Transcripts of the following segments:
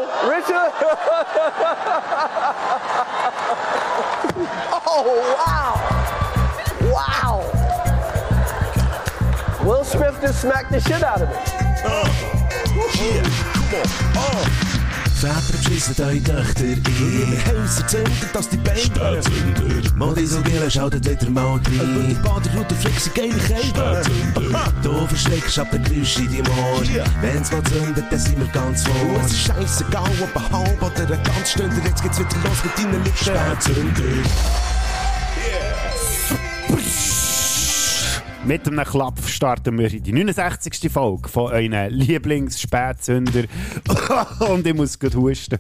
Richard! Oh, wow! Wow! Will Smith just smacked the shit out of me. Yeah, come on. Väter beschissen eure Töchter in Häuser zündet, dass die Beine Spätzünder. Modisogele schaltet wieder mal rein. Und die Baderroute flexen geile Kälte. Du verschreckst ab der Geräusche in deinem Ohr. Wenn's mal zündet, dann sind wir ganz vor. Es ist scheissegal, ob ein halb oder ein ganz Stünder. Jetzt geht's wieder los mit deinen Lippen. Spätzünder. Mit einem Klapp starten wir in die 69. Folge von euren Lieblingsspätzünder. Und ich muss gut husten.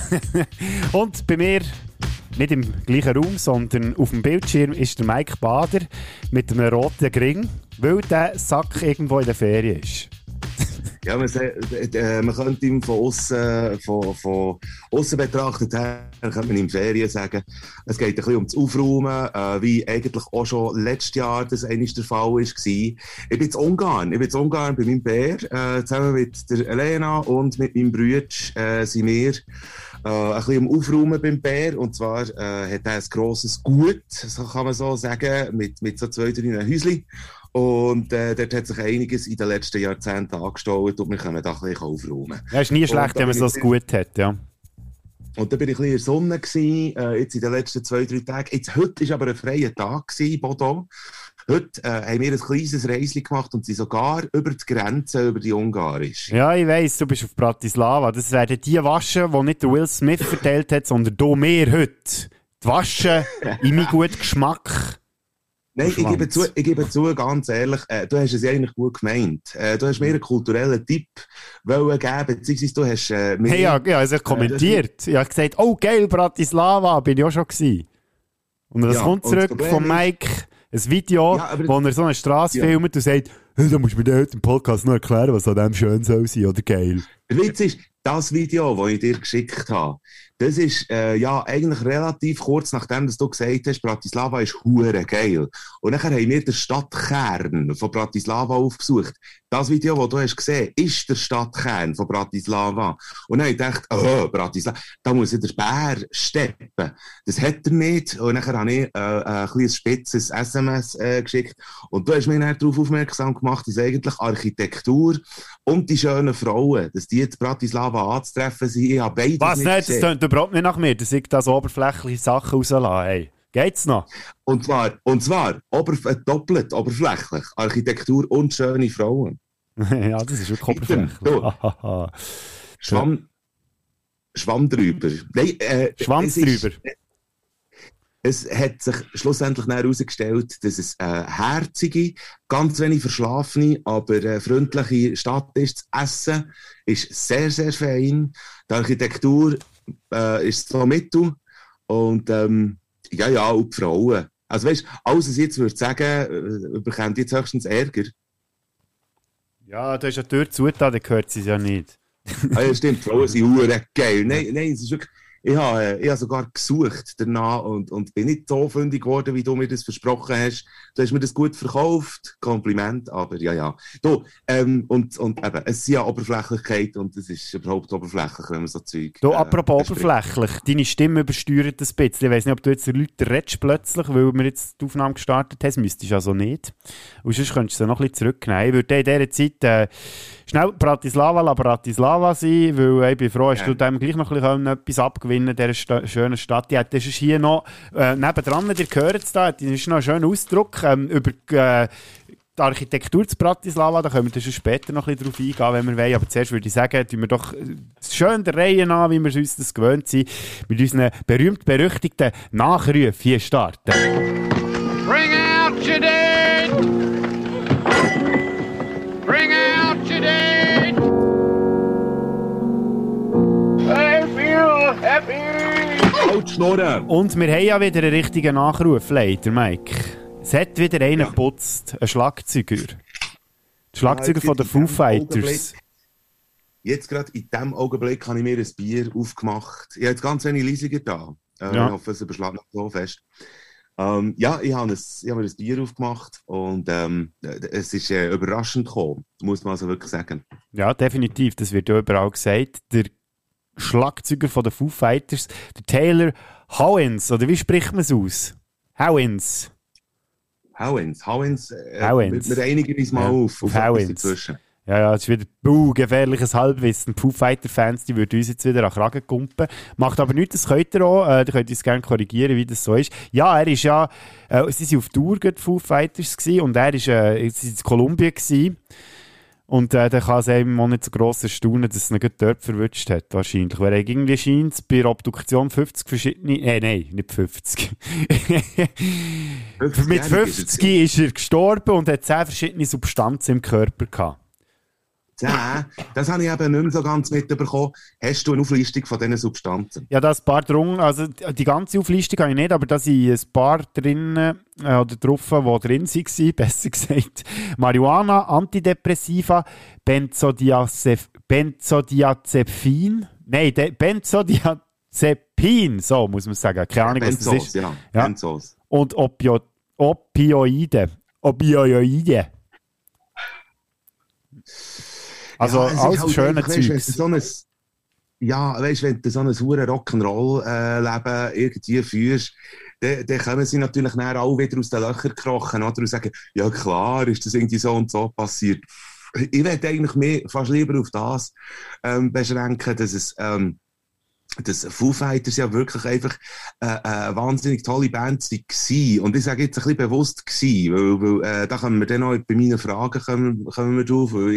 Und bei mir, nicht im gleichen Raum, sondern auf dem Bildschirm, ist der Mike Bader mit einem roten Gring, weil der Sack irgendwo in der Ferien ist. Ja, man könnte ihm von aussen betrachtet her, könnte man ihm Ferien sagen. Es geht ein bisschen um das Aufräumen, wie eigentlich auch schon letztes Jahr das eigentlich der Fall war. Ich bin in Ungarn bei meinem Bär, zusammen mit der Elena und mit meinem Bruder sind wir ein bisschen am Aufräumen beim Bär. Und zwar hat er ein grosses Gut, so kann man so sagen, mit so 2-3 Häuschen. Und dort hat sich einiges in den letzten Jahrzehnten angestaut und wir können da ein bisschen aufräumen. Ja, ist nie schlecht, wenn man so gut hat, ja. Und da bin ich ein bisschen in der Sonne, jetzt in den letzten 2-3 Tagen. Heute war aber ein freier Tag in Bodø. Heute haben wir ein kleines Reisli gemacht und sind sogar über die Grenze, über die ungarische. Ja, ich weiss, du bist auf Bratislava. Das werden die Waschen, die nicht der Will Smith verteilt hat, sondern du mir heute. Die Waschen in meinen guten Geschmack. Nein, ich gebe zu, ganz ehrlich, du hast es eigentlich gut gemeint. Du hast mir einen kulturellen Tipp geben, beziehungsweise du hast mir... Hey, ja, also ich kommentiert. Ich habe gesagt, oh geil, Bratislava, bin ich auch schon gewesen. Und das kommt zurück von Mike, ein Video, wo er so eine Straße filmt und sagt, hey, da musst du mir heute im Podcast noch erklären, was an dem schön soll sein, oder geil. Der Witz ist, das Video, das ich dir geschickt habe, das ist eigentlich relativ kurz nachdem, dass du gesagt hast, Bratislava ist hure geil. Und dann haben wir den Stadtkern von Bratislava aufgesucht. Das Video, das du hast gesehen, ist der Stadtkern von Bratislava. Und dann habe ich gedacht, Bratislava, da muss ja der Bär steppen. Das hat er nicht. Und dann habe ich ein kleines spitzes SMS geschickt. Und du hast mich dann darauf aufmerksam gemacht, dass eigentlich Architektur und die schönen Frauen, dass die in Bratislava anzutreffen sind. Ich habe beides was nicht nicht? gesehen. Das tönt überhaupt nicht nach mir, dass ich da so oberflächliche Sachen rauslasse. Hey. Geht's noch? Und zwar doppelt oberflächlich. Architektur und schöne Frauen. Ja, das ist wirklich oberflächlich. Schwamm drüber. Nein, Schwanz drüber. Es hat sich schlussendlich herausgestellt, dass es eine herzige, ganz wenig verschlafene, aber freundliche Stadt ist. Das Essen ist sehr, sehr fein. Die Architektur ist so mittel. Und und die Frauen. Also weißt du, alles, was ich jetzt würde sagen, bekommt jetzt höchstens Ärger. Ja, da ist eine Tür zugetan, dann gehört sie ja nicht. Ja, stimmt, die Frauen sind hure geil. Nein, es ist wirklich... Ich habe sogar gesucht danach und bin nicht so fündig geworden, wie du mir das versprochen hast. Du hast mir das gut verkauft. Kompliment, aber ja. Du, und eben, es ist ja Oberflächlichkeit und es ist überhaupt oberflächlich, wenn man so Zeug... Du, apropos oberflächlich, deine Stimme übersteuert ein bisschen. Ich weiss nicht, ob du jetzt den Leuten redest plötzlich, weil wir jetzt die Aufnahme gestartet haben. Das müsstest du also nicht. Und sonst könntest du sie noch ein bisschen zurücknehmen. Ich würde in dieser Zeit schnell Bratislava sein, weil ich bin froh, hast du dem gleich noch ein bisschen etwas abgewinnen, dieser schönen Stadt. Ja, das ist hier noch nebendran, ihr hört es da, das ist noch ein schöner Ausdruck über die Architektur zu Bratislava, da können wir dann später noch ein bisschen drauf eingehen, wenn wir wollen. Aber zuerst würde ich sagen, tun wir doch schön der Reihe an, wie wir uns das gewöhnt sind, mit unseren berühmt-berüchtigten Nachrufen hier starten. Bring out your dead! Bring out your dead! I feel happy! Halt die Schnurren! Und wir haben ja wieder einen richtigen Nachruf, leider, Mike. Es hat wieder einen geputzt, ein Schlagzeuger. Der Schlagzeuger von den Foo Fighters. Jetzt gerade in diesem Augenblick habe ich mir ein Bier aufgemacht. Ich habe jetzt ganz wenig Leisiger da. Ich hoffe, es überschlägt nicht so fest. Ich habe mir ein Bier aufgemacht und es ist überraschend gekommen, muss man also wirklich sagen. Ja, definitiv. Das wird ja überall gesagt. Der Schlagzeuger von den Foo Fighters, der Taylor Hawkins, oder wie spricht man es aus? Hawkins. Wir einigen uns mal auf etwas dazwischen. Ja, das ist wieder gefährliches Halbwissen. Die Foo Fighter-Fans, die würden uns jetzt wieder an den Kragen kumpen. Macht aber nichts, das könnt ihr auch. Ihr könnt uns gerne korrigieren, wie das so ist. Ja, er ist ja, sie waren auf Tour, die Foo Fighters, und er war in Kolumbien. Und dann kann es einem auch nicht so gross erstaunen, dass es ihn dort verwünscht hat, wahrscheinlich. Weil irgendwie scheint es bei der Obduktion 50 verschiedene... Nein, nicht 50. Mit 50 ist er gestorben und hat 10 verschiedene Substanzen im Körper gehabt. Ja, das habe ich eben nicht mehr so ganz mitbekommen. Hast du eine Auflistung von diesen Substanzen? Ja, da ein paar drin, also die ganze Auflistung habe ich nicht, aber da sind ein paar drin, oder drauf, die drin waren, besser gesagt. Marihuana, Antidepressiva, Benzodiazepin, Benzodiazepin, so muss man sagen. Keine Ahnung, was das ist. Ja. Benzos. Und Opioide. Also alles halt schöne Zeugs. Wenn du so ein hure Rock'n'Roll-Leben irgendwie führst, dann kommen sie natürlich nachher alle wieder aus den Löchern gekrochen, oder? Und sagen, ja klar, ist das irgendwie so und so passiert. Ich würde eigentlich mehr fast lieber auf das beschränken, dass Foo Fighters ja wirklich einfach eine wahnsinnig tolle Band war. Und ich sage jetzt ein bisschen bewusst gewesen, weil da kommen wir dann noch bei meinen Fragen kommen wir drauf, weil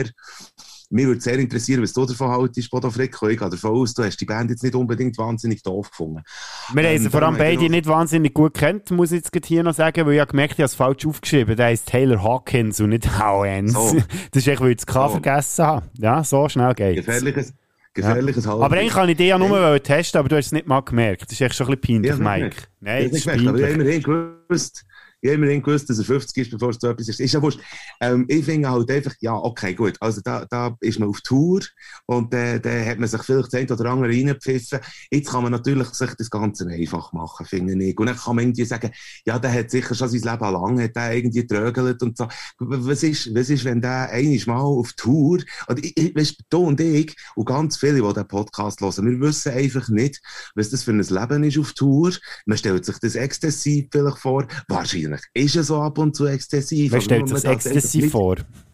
mir würde sehr interessieren, was du davon haltest, Bodo Frick. Ich gehe davon aus, du hast die Band jetzt nicht unbedingt wahnsinnig doof gefunden. Wir haben sie vor allem beide nicht wahnsinnig gut gekannt, muss ich jetzt hier noch sagen, weil ich habe gemerkt, ich habe es falsch aufgeschrieben. Der heisst Taylor Hawkins und nicht Hawkins. So. Das ist echt, weil ich das K vergessen habe. Ja, so schnell geht's. Gefährliches Halbwissen. Aber eigentlich kann ich dich ja nur testen, aber du hast es nicht mal gemerkt. Das ist echt schon ein bisschen peinlich, Mike. Nein, das ist peinlich. Aber ich habe immerhin gewusst, dass er 50 ist, bevor es so etwas ist. Ist ja wurscht. Ich finde halt einfach, ja, okay, gut. Also da ist man auf Tour und da hat man sich vielleicht das eine oder andere reingepfiffen. Jetzt kann man natürlich sich das Ganze einfach machen, finde ich. Und dann kann man irgendwie sagen, ja, der hat sicher schon sein Leben lang, hat der irgendwie trögelt und so. Was ist, wenn der einmal mal auf Tour, und weißt, du und ich und ganz viele, die diesen Podcast hören, wir wissen einfach nicht, was das für ein Leben ist auf Tour. Man stellt sich das exzessiv vielleicht vor. Wahrscheinlich ist es so ab und zu exzessiv. Wer stellt sich das exzessiv vor?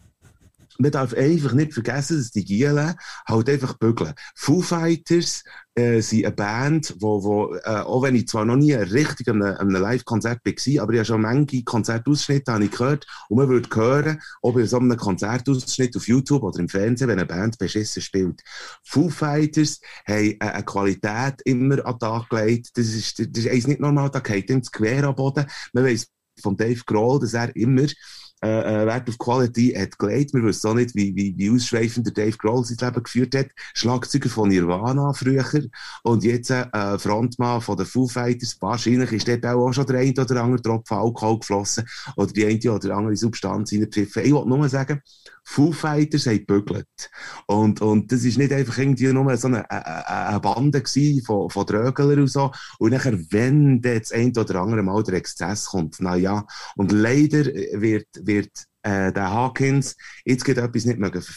Man darf einfach nicht vergessen, dass die Gielen halt einfach bügeln. Foo Fighters sind eine Band, wo auch wenn ich zwar noch nie richtig an einem Live-Konzert war, aber ich habe schon manche Konzertausschnitte habe ich gehört und man würde hören, ob bei so einem Konzertausschnitt auf YouTube oder im Fernsehen, wenn eine Band beschissen spielt. Foo Fighters haben eine Qualität immer an den Tag gelegt. Das ist nicht normal, da geht ins Quer am Boden. Man weiss von Dave Grohl, dass er immer Wert auf Quality hat gelegt. Wir wissen auch nicht, wie ausschweifend der Dave Grohl sein Leben geführt hat. Schlagzeuger von Nirvana früher und jetzt Frontmann von den Foo Fighters. Wahrscheinlich ist dort auch schon der eine oder andere Tropfen Alkohol geflossen oder die eine oder andere Substanz reingepfiffen. Ich wollte nur sagen, Foo Fighters haben gebügelt. Und das ist nicht einfach irgendwie nur so eine Bande von Drögelern und so. Und nachher, wenn das ein oder andere Mal der Exzess kommt, na ja. Und leider wird der Hawkins jetzt geht etwas nicht mögen,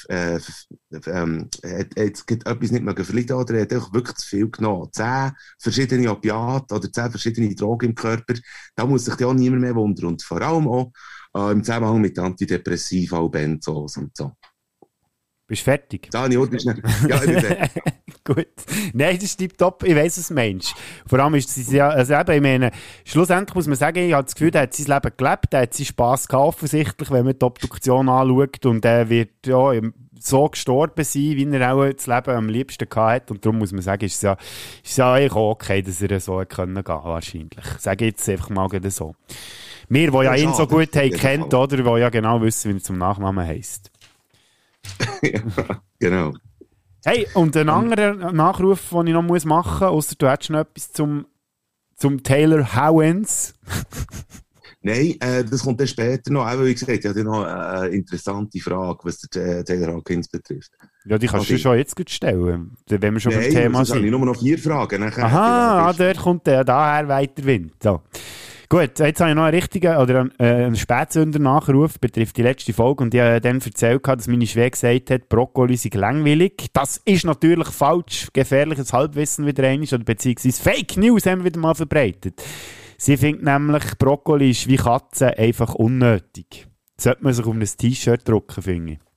verleiden, oder er hat auch wirklich zu viel genommen. 10 verschiedene Opiate oder 10 verschiedene Drogen im Körper. Da muss sich ja auch niemand mehr wundern. Und vor allem auch im Zusammenhang mit Antidepressiva und Benzos und so. Bist du fertig? Dani, bist du nicht? Ja, ich bin fertig. Gut. Nein, das ist tipptopp. Ich weiss, was du meinst. Vor allem ist es ja, also eben, ich meine, schlussendlich muss man sagen, ich habe das Gefühl, der hat sein Leben gelebt, der hat seinen Spass gehabt, offensichtlich, wenn man die Obduktion anschaut, und er wird ja so gestorben sein, wie er auch das Leben am liebsten gehabt hat, und darum muss man sagen, ist es ja eigentlich auch okay, dass er so gehen konnte, wahrscheinlich. Sage ich jetzt einfach mal gerade so. Wir, die ja ihn so gut haben kennt, oder, die ja genau wissen, wie er zum Nachnamen heisst. Ja, genau. Hey, und ein anderer Nachruf, den ich noch machen muss, ausser du hättest noch etwas zum Taylor Hawkins. Nein, das kommt dann später noch. Auch, wie gesagt, ich habe noch eine interessante Frage, was der Taylor Hawkins betrifft. Ja, die kannst du schon jetzt gut stellen, wenn wir schon beim Thema sind. Nein, ich habe nur noch 4 Fragen. Aha, der kommt daher weiter Wind. So. Gut, jetzt habe ich noch einen richtigen oder einen Spätsünder-Nachruf, betrifft die letzte Folge, und ich habe dann erzählt, dass meine Schwägerin gesagt hat, Brokkoli sei langweilig. Das ist natürlich falsch, gefährliches Halbwissen wieder einmal, oder beziehungsweise Fake News haben wir wieder mal verbreitet. Sie findet nämlich, Brokkoli ist wie Katzen einfach unnötig. Das sollte man sich auf ein T-Shirt drucken, finde ich.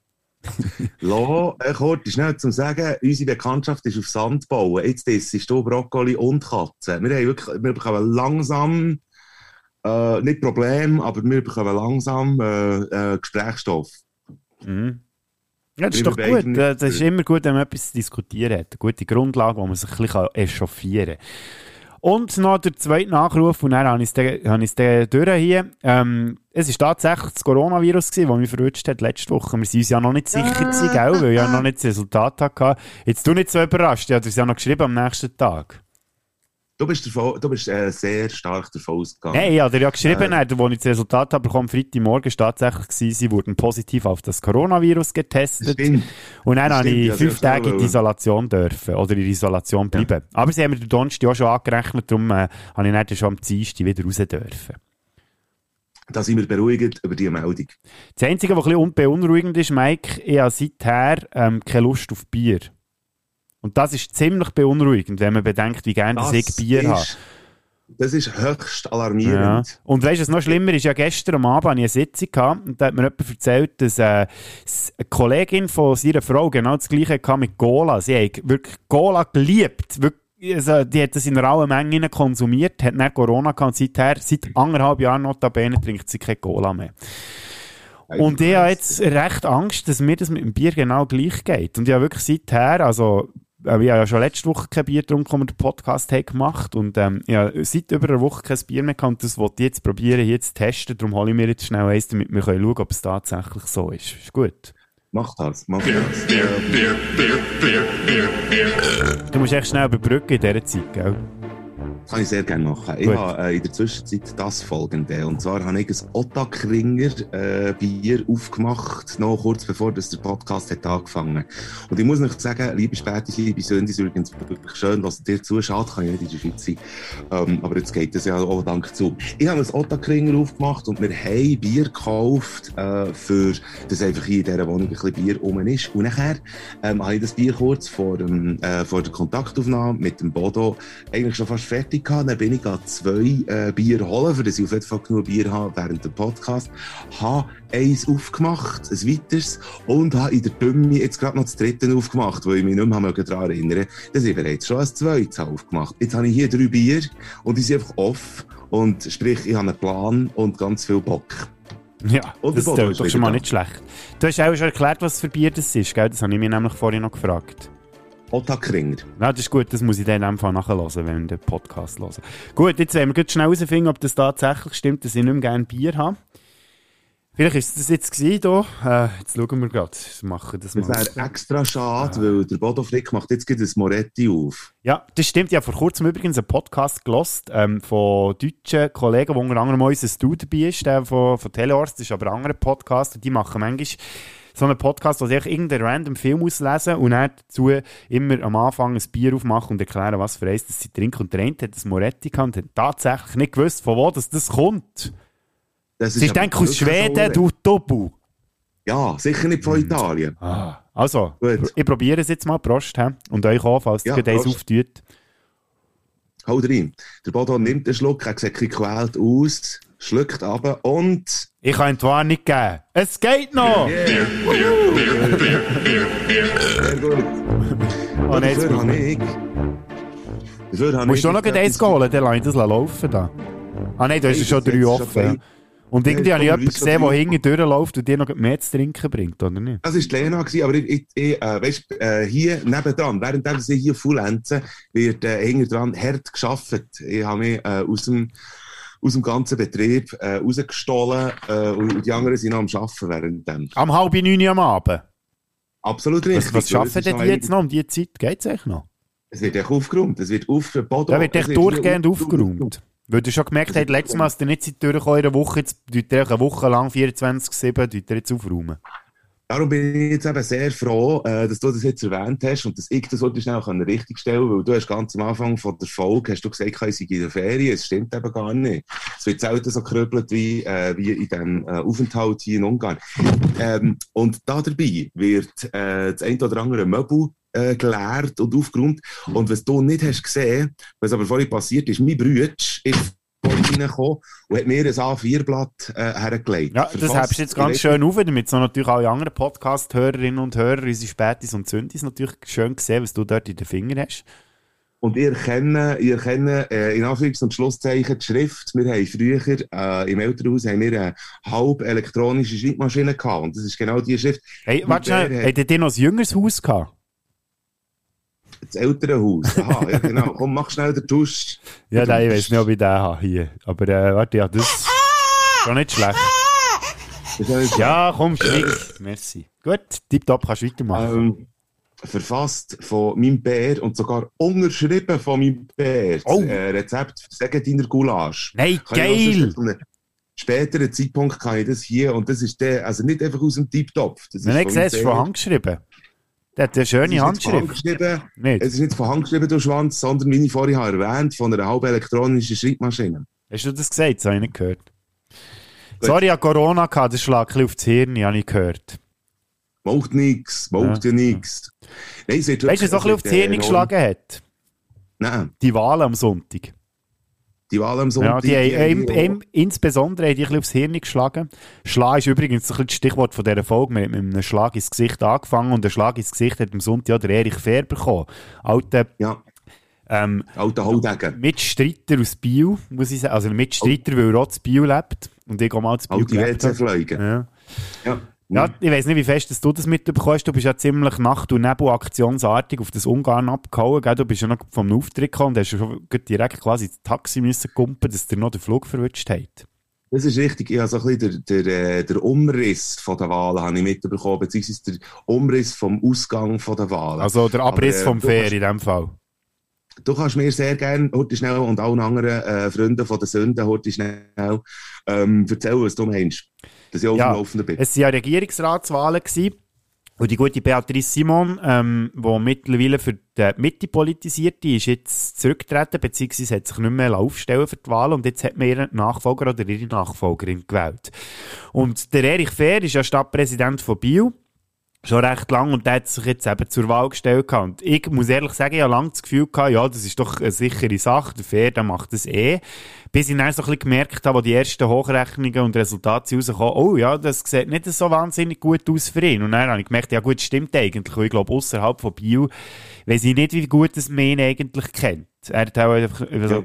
Kurz, schnell zum Sagen, unsere Bekanntschaft ist auf Sand bauen. Jetzt ist du Brokkoli und Katze. Wir bekommen langsam, nicht Problem, aber wir bekommen langsam Gesprächsstoff. Mhm. Ja, das ist doch gut. Das ist immer gut, wenn man etwas zu diskutieren hat. Eine gute Grundlage, wo man sich ein bisschen echauffieren kann. Und noch der zweite Nachruf, und dann habe ich es durch hier. Es war tatsächlich das Coronavirus, das mich verrutscht hat letzte Woche. Wir sind uns ja noch nicht sicher gewesen, gell, weil ich ja noch nicht das Resultat hatte. Jetzt du nicht so überrascht, ich habe es ja noch geschrieben am nächsten Tag. Du bist sehr stark davon ausgegangen. Nein, ja, der ja geschrieben hat, als ich das Resultat habe bekommen, Freitagmorgen tatsächlich gewesen, sie wurden positiv auf das Coronavirus getestet. Und dann habe ich 5 Tage in die Isolation dürfen, oder in Isolation bleiben. Ja. Aber sie haben mir den Donnerstag auch schon angerechnet, darum habe ich dann schon am Dienstag wieder raus dürfen. Da sind wir beruhigt über diese Meldung. Das Einzige, was ein bisschen beunruhigend ist, Mike, ich habe seither keine Lust auf Bier. Und das ist ziemlich beunruhigend, wenn man bedenkt, wie gerne ich Bier habe. Das ist höchst alarmierend. Ja. Und weißt du, was noch schlimmer ist? Ja, gestern am Abend hatte ich eine Sitzung gehabt, und da hat mir jemand erzählt, dass eine Kollegin von seiner Frau genau das Gleiche hatte mit Cola. Sie hat wirklich Cola geliebt. Wirklich, also, die hat das in rauen Mengen konsumiert, hat dann Corona gehabt, und seither, seit 1,5 Jahren notabene, trinkt sie keine Cola mehr. Und ich habe jetzt recht Angst, dass mir das mit dem Bier genau gleich geht. Und ich habe wirklich seither, also ich habe ja schon letzte Woche kein Bier getrunken, als wir den Podcast haben gemacht, und ich habe seit über einer Woche kein Bier mehr gehabt, und das wollte ich jetzt probieren, hier zu testen. Darum hole ich mir jetzt schnell eins, damit wir schauen können, ob es tatsächlich so ist. Ist gut? Mach das. Bier. Du musst echt schnell überbrücken in dieser Zeit, gell? Das kann ich sehr gerne machen. Ich habe in der Zwischenzeit das Folgende. Und zwar habe ich ein Ottakringer Bier aufgemacht, noch kurz bevor der Podcast hat angefangen. Und ich muss noch sagen, liebe Spätis, liebe Söhne, ist übrigens wirklich schön, was dir zuschaut, kann ich nicht in der Schweiz sein. Aber jetzt geht das ja auch dank zu. Ich habe ein Ottakringer aufgemacht und wir haben Bier gekauft, für das einfach hier in dieser Wohnung ein bisschen Bier rum ist. Und nachher habe ich das Bier kurz vor der Kontaktaufnahme mit dem Bodo eigentlich schon fast fertig gehabt. Dann bin ich 2 Bier holen, für das ich auf jeden Fall genug Bier habe während dem Podcast. Habe eins aufgemacht, ein weiteres, und habe in der Dümme jetzt gerade noch das 3. aufgemacht, weil ich mich nicht mehr daran erinnere, dass ich bereits schon ein 2. aufgemacht. Jetzt habe ich hier 3 Bier und die sind einfach off. Und sprich, ich habe einen Plan und ganz viel Bock. Ja, und das ist doch schon mal nicht schlecht. Du hast auch schon erklärt, was für Bier das ist, gell? Das habe ich mir nämlich vorhin noch gefragt. Ottakringer. Ja, das ist gut, das muss ich dann in dem Fall nachhören, wenn wir den Podcast hören. Gut, jetzt werden wir schnell herausfinden, ob das tatsächlich stimmt, dass ich nicht mehr gerne Bier habe. Vielleicht ist das jetzt gewesen hier. Jetzt schauen wir gerade. Das wäre extra schade, weil der Bodo Frick macht jetzt ein Moretti auf. Ja, das stimmt. Ich habe vor kurzem übrigens einen Podcast gehört von deutschen Kollegen, wo unter anderem unser Stu dabei ist, der von Telehorst. Das ist aber ein anderer Podcast. Und die machen manchmal so einen Podcast, wo sie irgendeinen random Film auslesen und dann dazu immer am Anfang ein Bier aufmachen und erklären, was für eins sie trinken. Und der eine hat ein Moretti gehabt und hat tatsächlich nicht gewusst, von wo das kommt. Das ist denke aus Schweden, du Tobu. Ja, sicher nicht von Italien. Also, gut. Ich probiere es jetzt mal. Prost, und euch auch, falls ihr eins auftut. Haut rein. Der Bodo nimmt einen Schluck, er sieht gequält aus, schluckt runter und... Ich kann die Warnung geben. Es geht noch! Sehr gut. Oh, nein, jetzt habe ich... Musst du noch eins holen? Dann lasse ich das laufen. Da. Ah nein, da ist schon 3 offen. Und irgendwie habe ich jemanden gesehen, der hinten durchläuft und dir noch mehr zu trinken bringt, oder nicht? Das war die Lena, aber hier nebendran, während sie hier fullenzen, wird hinten dran hart gearbeitet. Ich habe mich aus dem ganzen Betrieb rausgestohlen und die anderen sind noch am Arbeiten währenddem. Am 8:30 am Abend? Absolut richtig. Was arbeiten denn die jetzt noch um diese Zeit? Geht es eigentlich noch? Es wird echt aufgeräumt. Es wird auf den Boden. Da wird echt durchgehend aufgeräumt. Weil du schon gemerkt hast, letztes Mal, dass du nicht seit durchgekommen in einer Woche, jetzt tut ihr eine Woche lang 24/7 jetzt aufräumen. darum bin ich jetzt eben sehr froh, dass du das jetzt erwähnt hast und dass ich das heute schnell richtig stellen kann, weil du hast ganz am Anfang von der Folge hast du gesagt, ich sei in der Ferien. Es stimmt eben gar nicht. Es wird selten so gerübelt wie in diesem Aufenthalt hier in Ungarn. Und da dabei wird das ein oder andere Möbel geleert und aufgeräumt. Und was du nicht hast gesehen, was aber vorhin passiert ist, mein Bruder ist reingekommen und hat mir ein A4-Blatt hergelegt. Ja, das hebst du jetzt ganz schön auf, damit so natürlich alle anderen Podcast-Hörerinnen und Hörer, unsere Spätis und Zündis natürlich schön sehen, was du dort in den Fingern hast. Und ihr kennt in Anführungs- und Schlusszeichen die Schrift. Wir haben früher im Elternhaus haben wir eine halb elektronische Schreibmaschine gehabt. Und das ist genau die Schrift. Hey, warte schnell, habt ihr noch ein jüngeres Haus gehabt? Das Elternhaus. Aha, ja genau. Komm, mach schnell den Tusch. Ja, nein, ich weiß nicht, ob ich den habe hier. Aber warte, ja, das ist schon nicht schlecht. Ja, komm, schwierig. Merci. Gut, tipptopp, kannst du weitermachen. Verfasst von meinem Bär und sogar unterschrieben von meinem Bär. Oh. Rezept für Sägediner Goulasch. Nein, Kann geil! Zu einem späteren Zeitpunkt kann ich das hier, und das ist der, also nicht einfach aus dem Tipptopf. Wenn ich sehe, es ist von Hand geschrieben. Der hat eine schöne Handschrift. Es ist nicht von Hand geschrieben, du Schwanz, sondern, wie ich vorhin erwähnt, von einer halb elektronischen Schreibmaschine. Hast du das gesagt? Das habe ich nicht gehört. Sorry, ich hatte Corona, das schlägt ein bisschen aufs Hirn, habe ich gehört. Macht nichts, macht ja nichts. Weißt du, was so ein bisschen aufs Hirn geschlagen hat? Nein. Die Wahlen am Sonntag. Die Wahlen am Sonntag? Ja, insbesondere haben die ein bisschen aufs Hirn geschlagen. Schlag ist übrigens ein bisschen das Stichwort von dieser Folge. Wir haben mit einem Schlag ins Gesicht angefangen und der Schlag ins Gesicht hat am Sonntag ja der Erich Fehr bekommen. Alter Haudegen. Mitstreiter aus Biel, muss ich sagen. Also Mitstreiter, weil er auch zu Biel lebt. Und ich auch mal zu Biel gelebt habe. Ja, ich weiss nicht, wie fest dass du das mitbekommst. Du bist ja ziemlich Nacht- und Nebel-aktionsartig auf das Ungarn abgehauen. Gell? Du bist ja noch vom Auftritt gekommen und hast ja schon direkt quasi ins Taxi müssen kumpen, dass dir noch den Flug verwünscht hat. Das ist richtig. Ich habe so ein bisschen der Umriss von der Wahlen habe ich mitbekommen, beziehungsweise der Umriss vom Ausgang von der Wahlen. Also der Abriss vom Fair in dem Fall. Du kannst mir sehr gerne heute schnell und allen anderen Freunden von der Sünde heute schnell erzählen, was du meinst. Dass ich auf dem Laufenden bin. Es waren ja Regierungsratswahlen gewesen. Und die gute Beatrice Simon, die mittlerweile für die Mitte politisiert, die ist jetzt zurückgetreten, beziehungsweise hat sich nicht mehr aufstellen für die Wahl und jetzt hat man ihren Nachfolger oder ihre Nachfolgerin gewählt. Und der Erich Fehr ist ja Stadtpräsident von Biel. Schon recht lang und der hat sich jetzt eben zur Wahl gestellt. Und ich muss ehrlich sagen, ich habe lange das Gefühl gehabt, ja, das ist doch eine sichere Sache, der Fair, der macht das Bis ich dann so ein bisschen gemerkt habe, wo die ersten Hochrechnungen und Resultate rauskommen, oh ja, das sieht nicht so wahnsinnig gut aus für ihn. Und dann habe ich gemerkt, ja gut, stimmt eigentlich. Und ich glaube, außerhalb von Biel weiss ich nicht, wie gut das man ihn eigentlich kennt. Er hat auch einfach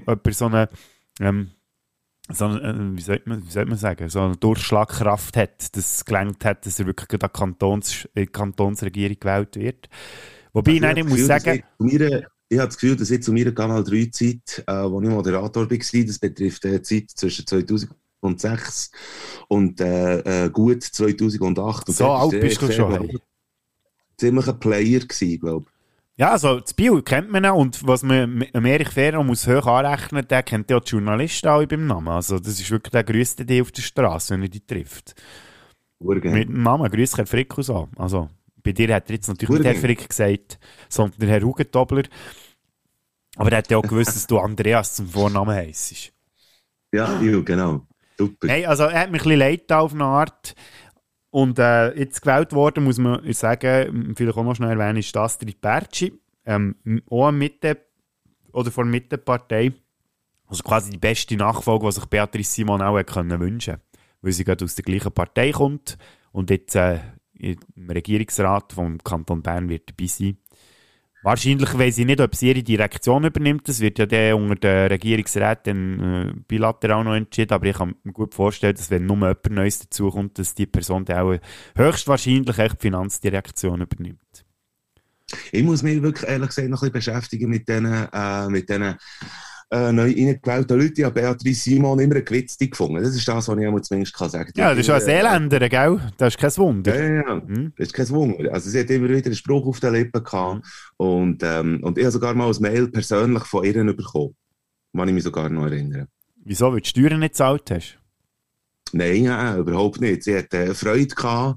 wie soll man sagen, so eine Durchschlagkraft hat, dass es gelangt hat, dass er wirklich an die Kantonsregierung gewählt wird. Wobei ich muss sagen... Ich habe das Gefühl, dass ich zu meiner Kanal 3-Zeit, wo ich Moderator war, das betrifft die Zeit zwischen 2006 und gut 2008. Und so alt bist du schon. Hey. Ziemlich ein Player gewesen, glaube ich. Ja, also das Biel kennt man auch und was man Erich Fehr muss hoch anrechnen, der kennt ja die Journalisten alle beim Namen. Also das ist wirklich der grösste die auf der Straße, wenn er die trifft. Urgen. Mit dem Namen, grüß Herr Frickus an. Also bei dir hat er jetzt natürlich nicht Herr Frick gesagt, sondern Herr Hugentobler. Aber er hat ja auch gewusst, dass du Andreas zum Vornamen heissest. Ja, genau. Super. Hey, also er hat mich ein bisschen leid auf eine Art. Und jetzt gewählt worden, muss man sagen, vielleicht auch noch schnell erwähnen, ist Astrid Bertschi, auch Mitte oder von der Mittepartei. Also quasi die beste Nachfolge, die sich Beatrice Simon auch wünschen konnte. Weil sie gerade aus der gleichen Partei kommt und jetzt im Regierungsrat vom Kanton Bern wird dabei sein. Wahrscheinlich weiss ich nicht, ob sie ihre Direktion übernimmt. Das wird ja der unter den Regierungsräten bilateral noch entschieden. Aber ich kann mir gut vorstellen, dass wenn nur jemand Neues dazukommt, dass die Person dann auch höchstwahrscheinlich echt die Finanzdirektion übernimmt. Ich muss mich wirklich ehrlich gesagt noch ein bisschen beschäftigen mit diesen neu reingewählten Leute. Ich habe Beatrice Simon immer eine Gewitzte gefunden. Das ist das, was ich zumindest sagen kann. Ja, das ist ja ein Seeländer, gell? Das ist kein Wunder. Ja. Das ist kein Wunder. Also sie hat immer wieder einen Spruch auf den Lippen gehabt. Und ich habe sogar mal ein Mail persönlich von ihr bekommen. Kann ich mich sogar noch erinnern. Wieso, weil du die Steuern nicht gezahlt hast? Nein, überhaupt nicht. Sie hat Freude gehabt.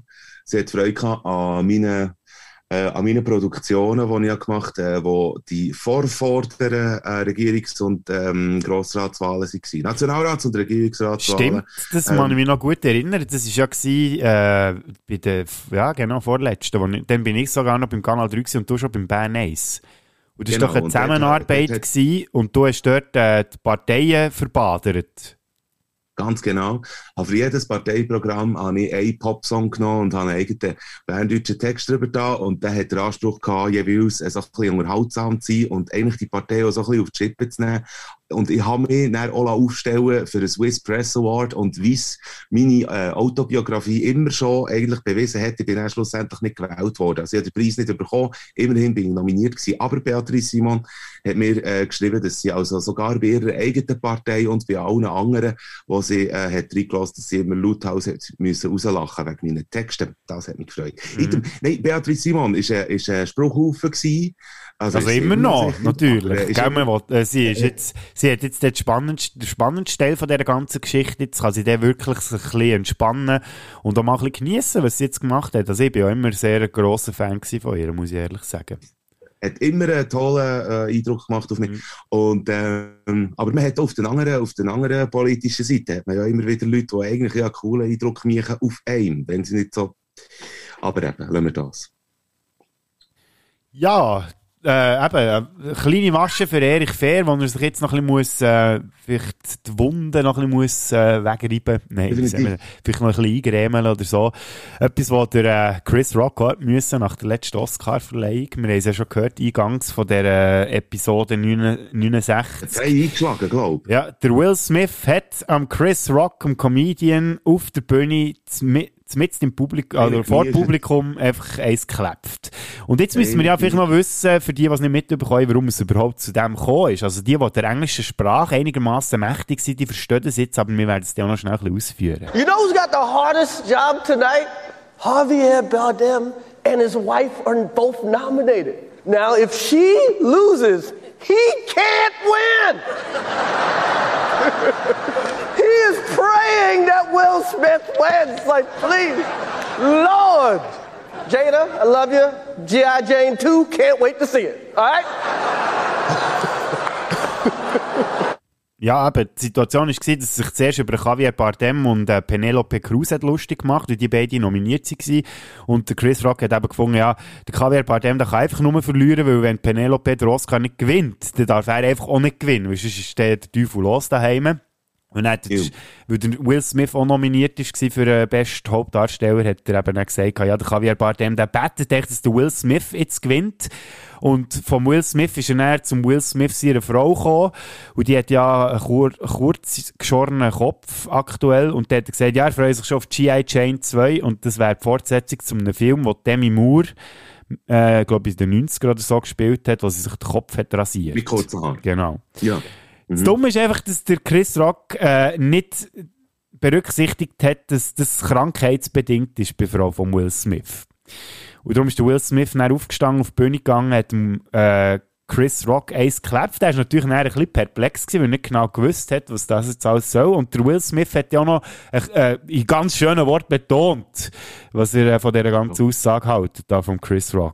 sie hat Freude gehabt an meinen Produktionen, die ich gemacht habe, wo die vorvorderen Regierungs- und Grossratswahlen waren. Nationalrats- und Regierungsratswahlen. Stimmt, das kann ich mich noch gut erinnern. Das war ja bei der, vorletzten. Dann bin ich sogar noch beim Kanal 3 und du schon beim Bern 1. Und das war doch eine Zusammenarbeit gewesen, und du hast dort die Parteien verbadert. Ganz genau. Aber für jedes Parteiprogramm habe ich einen Popsong genommen und habe einen eigenen berndeutschen Text drüber da. Und der hat den Anspruch gehabt, jeweils so ein bisschen unterhaltsam zu sein und eigentlich die Partei auch so ein bisschen auf die Schippe zu nehmen. Und ich habe mich dann auch aufstellen für den Swiss Press Award, und wie es meine Autobiografie immer schon eigentlich bewiesen hat, ich bin dann schlussendlich nicht gewählt worden. Also ich habe den Preis nicht bekommen, immerhin bin ich nominiert gewesen. Aber Beatrice Simon hat mir geschrieben, dass sie also sogar bei ihrer eigenen Partei und bei allen anderen, wo sie hat reingelassen, dass sie immer lauthals müssen rauslachen wegen meinen Texten. Das hat mich gefreut. Nein, Beatrice Simon ist ein Spruchhaufen gewesen. Also immer noch, natürlich. Sie hat jetzt den spannendsten Teil von dieser ganzen Geschichte. Jetzt kann sie den wirklich sich ein bisschen entspannen und auch mal ein bisschen geniessen, was sie jetzt gemacht hat. Also ich bin auch immer sehr ein grosser Fan von ihr, muss ich ehrlich sagen. Hat immer einen tollen Eindruck gemacht auf mich. Und, aber man hat auf der anderen politischen Seite hat man ja immer wieder Leute, die eigentlich ja einen coolen Eindruck machen auf einem, wenn sie nicht so... Aber eben, lassen wir das. Ja, eine kleine Masche für Erich Fehr, wo er sich jetzt noch ein bisschen vielleicht die Wunden noch ein bisschen wegreiben muss. Nein, vielleicht noch ein bisschen eingrämen oder so. Etwas, was der Chris Rock hat müssen nach der letzten Oscar-Verleihung. Wir haben es ja schon gehört, eingangs von der Episode 69. Jetzt eingeschlagen, glaube ich. Ja, der Will Smith hat am Chris Rock, am Comedian, auf der Bühne mit dem Publikum, also vor dem Publikum einfach eins geklebt. Und jetzt müssen wir ja vielleicht noch wissen, für die, die es nicht mitbekommen, warum es überhaupt zu dem gekommen ist. Also die der englischen Sprache einigermaßen mächtig sind, die verstehen das jetzt, aber wir werden es dir auch noch schnell ein bisschen ausführen. You know who's got the hardest job tonight? Javier Bardem and his wife are both nominated. Now, if she loses, he can't win. He is praying that Will Smith wins. Like, please, Lord. Jada, I love you. G.I. Jane 2, can't wait to see it. All right? Ja, aber die Situation war, dass sich zuerst über Javier Bardem und Penelope Cruz lustig gemacht, weil die beiden nominiert waren. Und der Chris Rock hat eben gefunden, ja, der Javier Bardem der kann einfach nur verlieren, weil wenn Penelope den Oscar nicht gewinnt, dann darf er einfach auch nicht gewinnen, weil sonst ist der Teufel los daheim. Und dann, weil der Will Smith auch nominiert war für den besten Hauptdarsteller, hat er eben dann gesagt, ja, der Javier Bardem, der bettet echt, dass der Will Smith jetzt gewinnt. Und vom Will Smith ist er dann zum Will Smith seiner Frau gekommen. Und die hat ja einen kurz geschorenen Kopf aktuell. Und der hat gesagt, ja, er freut sich schon auf G.I. Jane 2. Und das wäre die Fortsetzung zu einem Film, wo Demi Moore, glaube ich, in den 90ern oder so gespielt hat, wo sie sich den Kopf hat rasiert. Wie kurz Haar. Genau. Ja. Das Dumme ist einfach, dass der Chris Rock nicht berücksichtigt hat, dass das krankheitsbedingt ist bei Frau von Will Smith. Und darum ist der Will Smith dann aufgestanden, auf die Bühne gegangen, hat Chris Rock eins geklebt. Der war natürlich dann ein bisschen perplex gewesen, weil er nicht genau gewusst hat, was das jetzt alles soll. Und der Will Smith hat ja auch noch in ganz schönen Worten betont, was er von dieser ganzen Aussage hält, da von Chris Rock.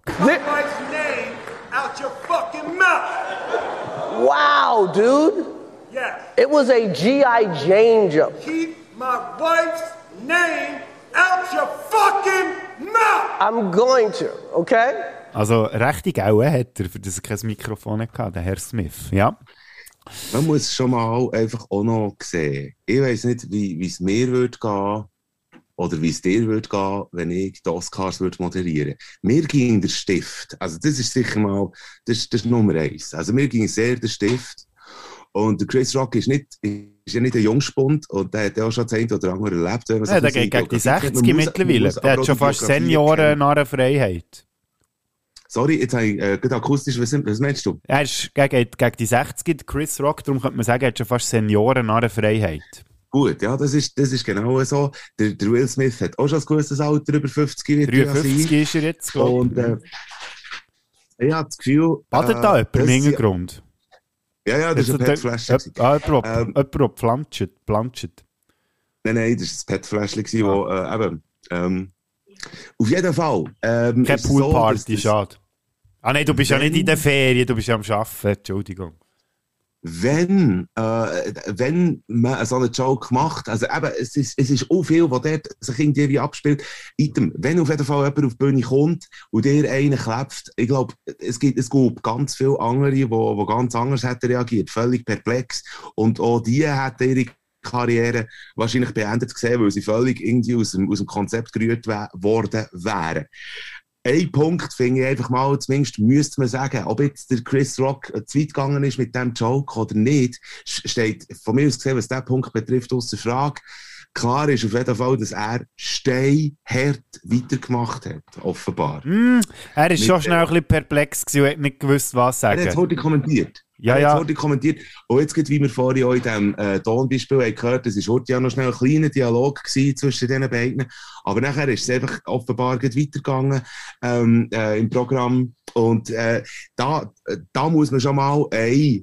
Wow, dude. Yes. It was a G.I. Jane joke. Keep my wife's name out your fucking mouth! I'm going to, okay? Also, rechte Gaue hat er, für das er kein Mikrofon hatte, der Herr Smith, ja. Man muss schon mal einfach auch noch sehen. Ich weiss nicht, wie es mir würde gehen, oder wie es dir würde gehen, wenn ich die Oscars würde moderieren. Mir ging der Stift. Also das ist sicher mal, das ist Nummer 1. Also mir ging sehr der Stift. Und der Chris Rock ist ja nicht ein Jungspund und der hat ja auch schon das eine oder andere erlebt. Ja, der geht gegen die 60 mittlerweile. Der hat schon fast Senioren nach der Freiheit. Sorry, jetzt habe ich gerade akustisch, was meinst du? Er ist gegen die 60, Chris Rock, darum könnte man sagen, er hat schon fast Senioren nach der Freiheit. Gut, ja, das ist genau so. Der Will Smith hat auch schon ein gewisses Alter, über 50 wird 53 ist er jetzt, glaube ich. Und ich habe das Gefühl... Badet da jemand im Hintergrund? Ja, das ist ein Petfläschchen. Jemand planscht. Nein, das war ein Petfläschchen, wo eben... Auf jeden Fall. Keine Poolparty, so, schade. Ah nein, du bist ja nicht in der Ferien, du bist ja am Arbeiten, Entschuldigung. Wenn man so einen Joke macht, also eben, es ist auch viel, was dort sich irgendwie abspielt. Wenn auf jeden Fall jemand auf die Bühne kommt und dir einen klebt, ich glaube, es gibt ganz viele andere, die ganz anders hätten reagiert, völlig perplex. Und auch die hätten ihre Karriere wahrscheinlich beendet gesehen, weil sie völlig irgendwie aus dem Konzept gerührt worden wären. Ein Punkt finde ich einfach mal, zumindest müsste man sagen, ob jetzt der Chris Rock zu weit gegangen ist mit diesem Joke oder nicht, steht von mir aus gesehen, was diesen Punkt betrifft, ausser Frage. Klar ist auf jeden Fall, dass er steinhart weitergemacht hat, offenbar. Er ist schon schnell ein bisschen perplex gewesen und hat nicht gewusst, was sagen. Er hat es heute kommentiert. Und jetzt, wie wir vorhin auch in diesem Tonbeispiel haben gehört, das war heute ja noch schnell ein kleiner Dialog zwischen diesen beiden. Aber nachher ist es einfach offenbar weitergegangen im Programm. Und da muss man schon mal das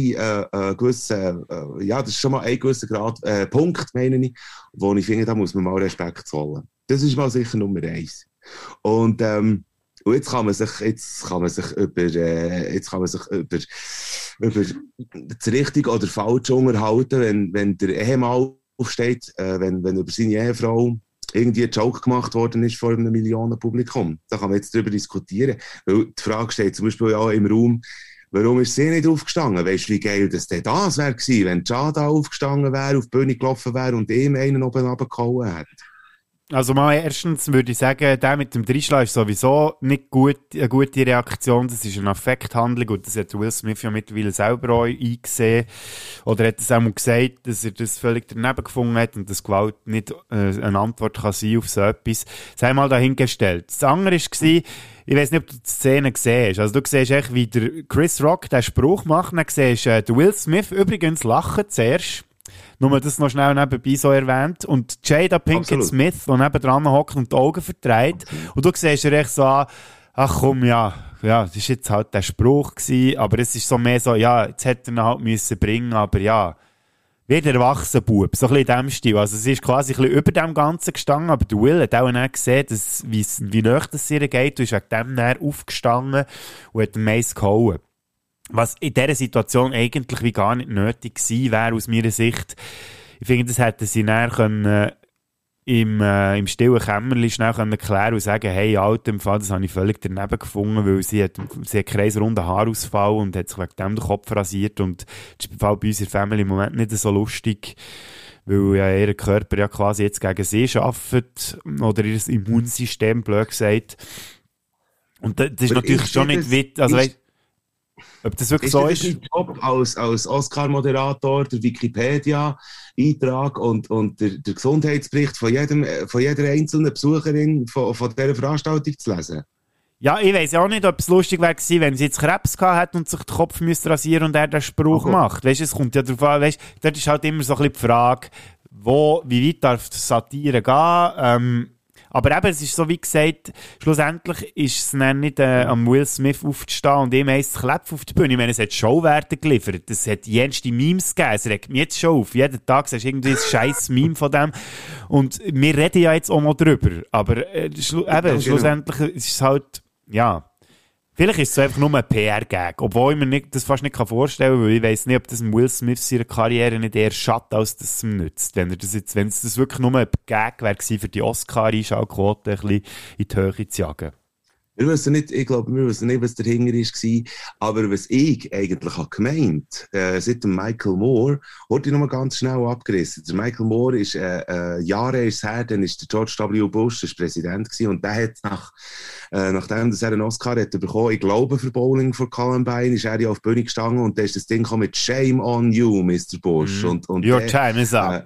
ist schon mal ein gewisser Punkt, meine ich, wo ich finde, da muss man mal Respekt zollen. Das ist mal sicher Nummer 1. Und jetzt kann man sich über das Richtige oder Falsche unterhalten, wenn der Ehemann aufsteht, wenn über seine Ehefrau irgendwie ein Joke gemacht worden ist vor einem Millionenpublikum. Da kann man jetzt darüber diskutieren. Weil die Frage steht zum Beispiel auch im Raum, warum ist sie nicht aufgestanden? Weißt du, wie geil das wäre gewesen, wenn Jada aufgestanden wäre, auf die Bühne gelaufen wäre und ihm einen oben runtergehauen hätte? Also mal erstens würde ich sagen, der mit dem Dreischlag ist sowieso nicht eine gute Reaktion. Das ist eine Affekthandlung und das hat Will Smith ja mittlerweile selber auch eingesehen. Oder hat es auch mal gesagt, dass er das völlig daneben gefunden hat und dass Gewalt nicht eine Antwort kann sein auf so etwas. Das haben wir mal dahingestellt. Das andere war, ich weiss nicht, ob du die Szene siehst. Also du siehst echt, wie der Chris Rock den Spruch macht. Dann siehst du Will Smith übrigens lachen zuerst. Nur das noch schnell nebenbei so erwähnt. Und Jada Pinkett Smith, die nebendran hockt und die Augen verdreht. Und du siehst ihr echt so an, ach komm, ja, das war jetzt halt der Spruch gewesen, aber es ist so mehr so, ja, jetzt hätte er ihn halt müssen bringen, aber ja, wie der erwachsene Bub, so ein bisschen in diesem Stil. Also es ist quasi ein bisschen über dem Ganzen gestanden, aber der Will hat auch gesehen, dass, wie nahe das ihr geht, und ist wegen dem näher aufgestanden und hat den Mais gehauen. Was in dieser Situation eigentlich wie gar nicht nötig gewesen wäre, aus meiner Sicht. Ich finde, das hätten sie näher können, im stillen Kämmerchen schnell können klären und sagen, hey, Alter, im Fall, das habe ich völlig daneben gefunden, weil sie hat kreisrunden Haarausfall und hat sich wegen dem den Kopf rasiert und das ist im Fall bei unserer Familie im Moment nicht so lustig, weil ja ihr Körper ja quasi jetzt gegen sie arbeitet oder ihr Immunsystem, blöd gesagt. Und das ist natürlich schon nicht witzig, also ob das wirklich so ist? Dein Job als Oscar-Moderator, der Wikipedia-Eintrag und der Gesundheitsbericht von jeder einzelnen Besucherin von dieser Veranstaltung zu lesen? Ja, ich weiss auch nicht, ob es lustig wäre gewesen, wenn sie jetzt Krebs gehabt hätte und sich den Kopf rasieren und er den Spruch macht. Weißt du, es kommt ja darauf an, weißt, dort ist halt immer so ein bisschen die Frage, wie weit darf die Satire gehen? Aber eben, es ist so wie gesagt, schlussendlich ist es dann nicht am Will Smith aufzustehen und ihm eins zu klepfen auf die Bühne. Ich meine, es hat Showwerte geliefert, es hat jenste Memes gegeben, es regt mich jetzt schon auf. Jeden Tag siehst du irgendwie ein scheiß Meme von dem. Und wir reden ja jetzt auch noch drüber. Aber schlussendlich ist es halt, ja, vielleicht ist es einfach nur ein PR-Gag, obwohl ich mir das fast nicht vorstellen kann, weil ich weiss nicht, ob das dem Will Smith seine Karriere nicht eher schadet, als dass es ihm nützt. Wenn es das wirklich nur ein Gag wäre für die Oscar-Einschaltquote ein bisschen in die Höhe zu jagen. Wir wissen nicht, was dahinter war, aber was ich eigentlich habe gemeint, seit dem Michael Moore, wurde ich noch mal ganz schnell abgerissen. Der Michael Moore ist, Jahre ist her, dann ist der George W. Bush ist Präsident gewesen, und der hat nachdem dass er einen Oscar hat bekommen, ich glaube für Bowling for Columbine, ist er ja auf die Bühne gestanden und da ist das Ding mit Shame on you, Mr. Bush. Und Your time is up.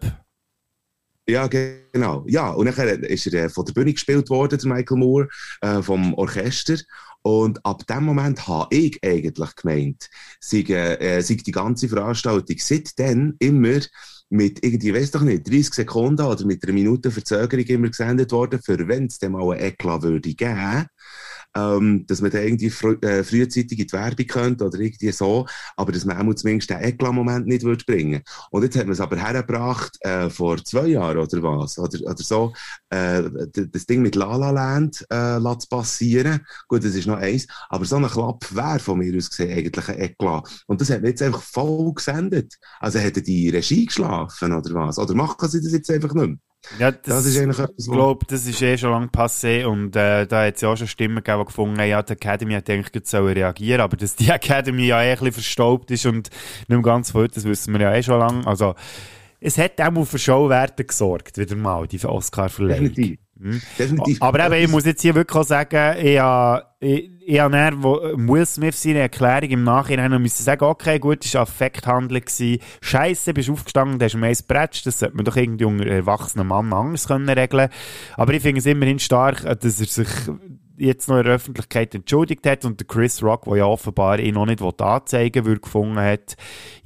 Ja, genau. Ja, und dann ist er von der Bühne gespielt worden, der Michael Moore, vom Orchester. Und ab dem Moment habe ich eigentlich gemeint, sei die ganze Veranstaltung seitdem immer mit irgendwie, weiss doch nicht, 30 Sekunden oder mit einer Minute Verzögerung immer gesendet worden, für wenn es dann mal ein Eklat würde geben. dass man da irgendwie frühzeitig in die Werbung könnte oder irgendwie so, aber dass man auch zumindest den Eklat-Moment nicht bringen würde. Und jetzt hat man es aber hergebracht, vor 2 Jahren oder was, oder so, das Ding mit La La Land zu passieren. Gut, das ist noch eins, aber so ein Klapp wäre von mir aus gesehen eigentlich ein Eklat. Und das hat man jetzt einfach voll gesendet. Also hätte die Regie geschlafen oder was? Oder machen sie das jetzt einfach nicht mehr? Ja, das ist eigentlich etwas, ich glaube, das ist schon lange passé und da hat es ja auch schon Stimmen gegeben, die gefunden haben, ja, die Academy hat eigentlich reagieren, aber dass die Academy ja ein bisschen verstaubt ist und nicht mehr ganz von heute, das wissen wir ja schon lange. Also, es hat auch mal für Showwerte gesorgt, wieder mal, die Oscar-Verleihung. Definitiv. Definitiv. Aber eben, ich muss jetzt hier wirklich auch sagen, ich habe dann, wo Will Smith seine Erklärung im Nachhinein noch müssen sagen, okay, gut, das war Affekthandlung gewesen. Scheisse, bist aufgestanden, hast mir eins gepratscht, das sollte man doch irgendwie unter erwachsenen Mann anders können regeln. Aber ich finde es immerhin stark, dass er sich jetzt noch in der Öffentlichkeit entschuldigt hat und der Chris Rock, der ja offenbar ihn noch nicht anzeigen will, gefunden hat,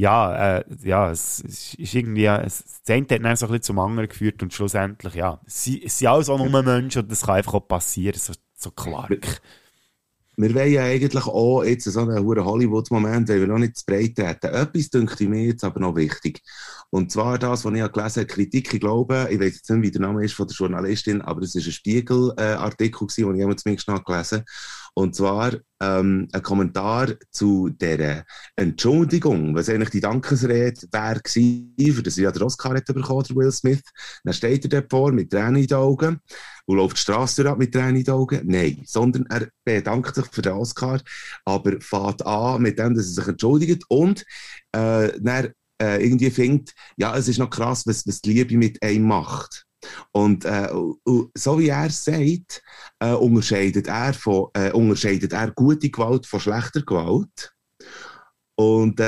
es ist irgendwie, das eine hat dann so ein bisschen zum anderen geführt und schlussendlich, ja, es sind alles auch nur Menschen und das kann einfach auch passieren, so klar. Wir wollen ja eigentlich auch jetzt so einen Hollywood-Moment, weil wir noch nicht zu breit treten. Etwas dünkt mir jetzt aber noch wichtig. Und zwar das, was ich gelesen habe, Kritik, ich glaube, ich weiß jetzt nicht, wie der Name ist von der Journalistin, aber es war ein Spiegel-Artikel, den ich zumindest noch gelesen habe. Und zwar ein Kommentar zu dieser Entschuldigung, was eigentlich die Dankesrede wäre gewesen, für das er ja den Oscar hat bekommen, der Will Smith. Dann steht er dort vor mit Tränen in den Augen und läuft die Strasse ab mit Tränen in den Augen. Nein, sondern er bedankt sich für den Oscar, aber fährt an mit dem, dass er sich entschuldigt und dann irgendwie findet, ja, es ist noch krass, was die Liebe mit einem macht. Und so wie er sagt, unterscheidet er gute Gewalt von schlechter Gewalt und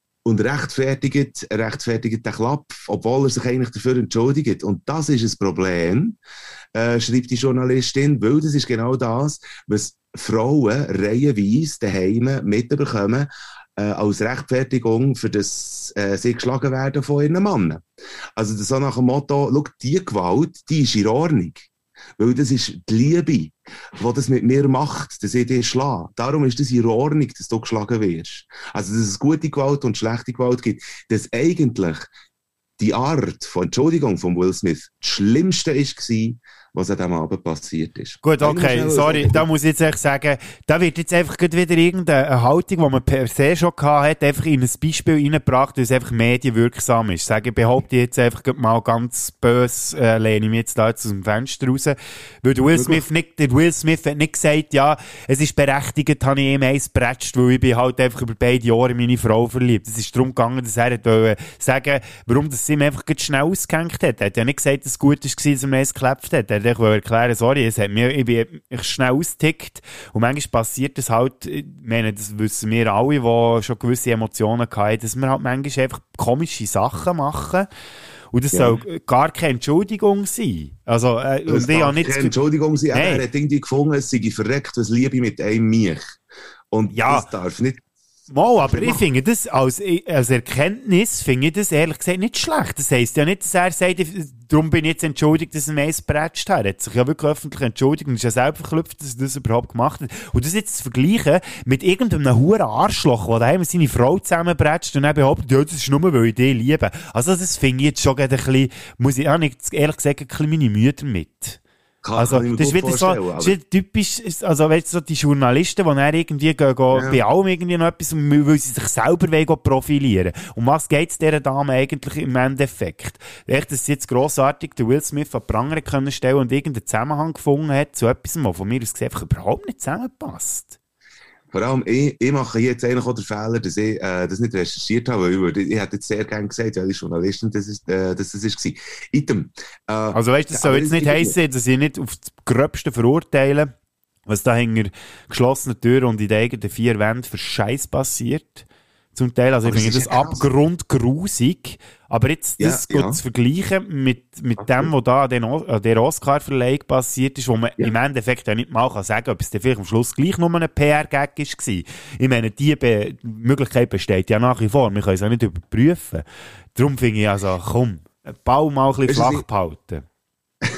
rechtfertigt den Klapp, obwohl er sich eigentlich dafür entschuldigt. Und das ist ein Problem, schreibt die Journalistin, weil das ist genau das, was Frauen reihenweise daheim mitbekommen, als Rechtfertigung für das sie geschlagen werden von ihren Männern. Also das so nach dem Motto, schau, die Gewalt, die ist in Ordnung. Weil das ist die Liebe, die das mit mir macht, dass ich dich schlage. Darum ist das in Ordnung, dass du geschlagen wirst. Also dass es gute Gewalt und schlechte Gewalt gibt. Dass eigentlich die Art von Entschuldigung von Will Smith das Schlimmste war, was an diesem Abend passiert ist. Gut, okay, sorry, da muss ich jetzt echt sagen, da wird jetzt einfach wieder irgendeine Haltung, die man per se schon gehabt hat, einfach in ein Beispiel reingebracht, weil es einfach medienwirksam ist. Ich behaupte jetzt einfach mal ganz böse, lehne ich mich jetzt da aus dem Fenster raus, weil der Will Smith hat nicht gesagt, ja, es ist berechtigt, habe ich ihm eins gepratscht, weil ich bin halt einfach über beide Jahre in meine Frau verliebt. Es ist darum gegangen, dass er sagen, warum das ihm einfach schnell ausgehängt hat. Er hat ja nicht gesagt, dass es gut war, dass er mir eins geklappt hat. Ich will erklären, sorry, ich bin schnell ausgetickt und manchmal passiert das halt, ich meine, das wissen wir alle, die schon gewisse Emotionen hatten, dass wir halt manchmal einfach komische Sachen machen und das soll gar keine Entschuldigung sein. Also, das darf keine Entschuldigung sein, aber er hat irgendwie gefunden, es sei verreckt, was Liebe mit einem mich. Und das darf nicht. Mal, aber ich finde das als Erkenntnis, finde ich das ehrlich gesagt nicht schlecht. Das heisst ja nicht, dass er sagt, darum bin ich jetzt entschuldigt, dass er mir eins gepratscht hat. Er hat sich ja wirklich öffentlich entschuldigt und ist ja selber verklüpft, dass er das überhaupt gemacht hat. Und das jetzt zu vergleichen mit irgendeinem huren Arschloch, der daheim seine Frau zusammenpratscht und dann behauptet, ja, das ist nur, weil ich dich liebe. Also das finde ich jetzt schon ein bisschen, muss ich auch nicht, ehrlich gesagt, ein bisschen meine Mühe damit. Also, das ist wieder so typisch, also, weißt du, so die Journalisten, die dann irgendwie bei allem irgendwie noch etwas, weil sie sich selber profilieren wollen. Um was geht es dieser Dame eigentlich im Endeffekt? Echt, dass sie jetzt grossartig den Will Smith an Pranger können stellen und irgendeinen Zusammenhang gefunden hat zu etwas, was von mir aus gesehen einfach überhaupt nicht zusammenpasst. Vor allem, ich mache jetzt eigentlich auch den Fehler, dass ich das nicht recherchiert habe, weil ich hätte jetzt sehr gerne gesagt, welche Journalistin das war. Item. Also weißt du, das soll jetzt nicht heissen, dass ich nicht auf das Gröbste verurteile, was da hinter geschlossenen Türen und in den eigenen 4 Wänden für Scheiß passiert. Zum Teil, also ich finde das abgrundgrusig, aber jetzt das zu vergleichen mit dem, was da an der Oscar-Verleihung passiert ist, wo man im Endeffekt ja nicht mal sagen kann, ob es dann vielleicht am Schluss gleich nur ein PR-Gag war. Ich meine, die Möglichkeit besteht ja nach wie vor, wir können es auch nicht überprüfen. Darum finde ich also, komm, Bau mal ein bisschen flach behalten.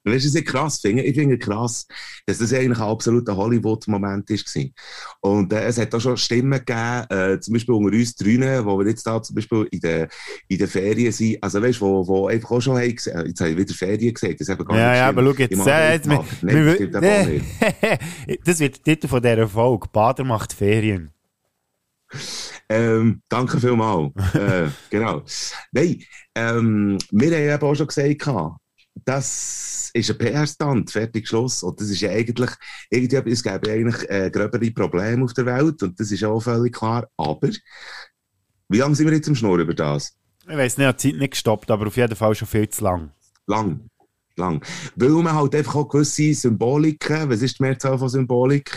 Weißt du, was ich krass finde? Ich finde krass, dass das eigentlich ein absoluter Hollywood-Moment war. Und es hat auch schon Stimmen gegeben, zum Beispiel unter uns drinnen, wo wir jetzt da zum Beispiel in den Ferien sind, also weißt du, wo einfach auch schon haben gesehen, jetzt habe ich wieder Ferien gesagt, das ist eben gar nicht ja, aber schau jetzt. Nein, das stimmt auch nicht. Das wird der Titel von dieser Folge. Bader macht Ferien. Danke vielmals. Genau. Nein, wir haben eben auch schon gesagt, das ist ein PR-Stand, fertig, Schluss. Und das ist ja eigentlich, es gäbe eigentlich gröbere Probleme auf der Welt und das ist auch völlig klar. Aber, wie lange sind wir jetzt am Schnurren über das? Ich weiss nicht, ich habe die Zeit nicht gestoppt, aber auf jeden Fall schon viel zu lang. Lang. Weil man halt einfach auch gewisse Symboliken, was ist die Mehrzahl von Symbolik?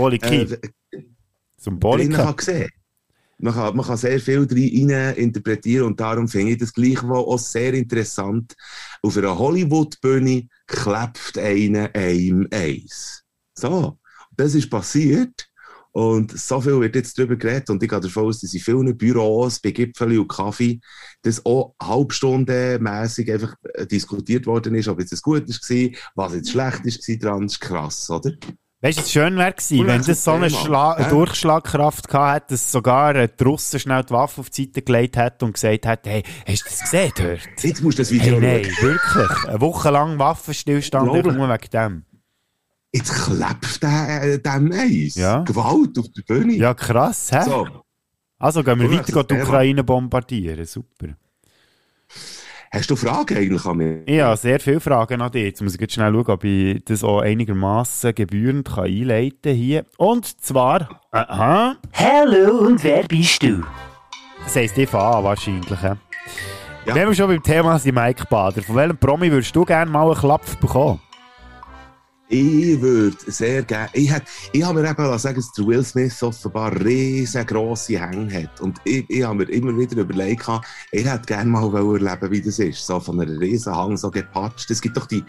Symbolika. Sehen. Man kann sehr viel rein interpretieren und darum finde ich das gleich auch sehr interessant. Auf einer Hollywood-Bühne klebt einer einem Eis. So, das ist passiert und so viel wird jetzt darüber geredet und ich gehe davon aus, dass in vielen Büros, bei Gipfeli und Kaffee, das auch halbstundenmässig einfach diskutiert worden ist, ob jetzt es gut war, was jetzt schlecht war dran, ist krass, oder? Weißt du, es schön wäre gewesen, wenn das so eine Durchschlagkraft gehabt hätte, dass sogar die Russen schnell die Waffe auf die Seite gelegt hat und gesagt hat, hey, hast du das gesehen dort? Jetzt musst du das Video schauen. Nein, wirklich. Eine Woche lang Waffenstillstand, einfach nur wegen dem. Jetzt klebt dem Eis. Ja. Gewalt auf der Bühne. Ja, krass, hä? So. Also gehen wir weiter die Ukraine bombardieren. Super. Hast du Fragen eigentlich an mich? Ich habe sehr viele Fragen an dich. Jetzt muss ich jetzt schnell schauen, ob ich das auch einigermaßen gebührend einleiten kann hier. Und zwar... Hallo, und wer bist du? Das heisst EVA wahrscheinlich. Ja. Wenn wir schon beim Thema sind, Mike Bader, von welchem Promi würdest du gerne mal einen Klapp bekommen? Ich würde sehr gerne... Ich habe mir eben sagen, dass der Will Smith offenbar riesengrosse Hänge hat. Und ich habe mir immer wieder überlegt, ich hätte gerne mal erleben, wie das ist. So von einer riesen Hang, so gepatscht. Es gibt doch die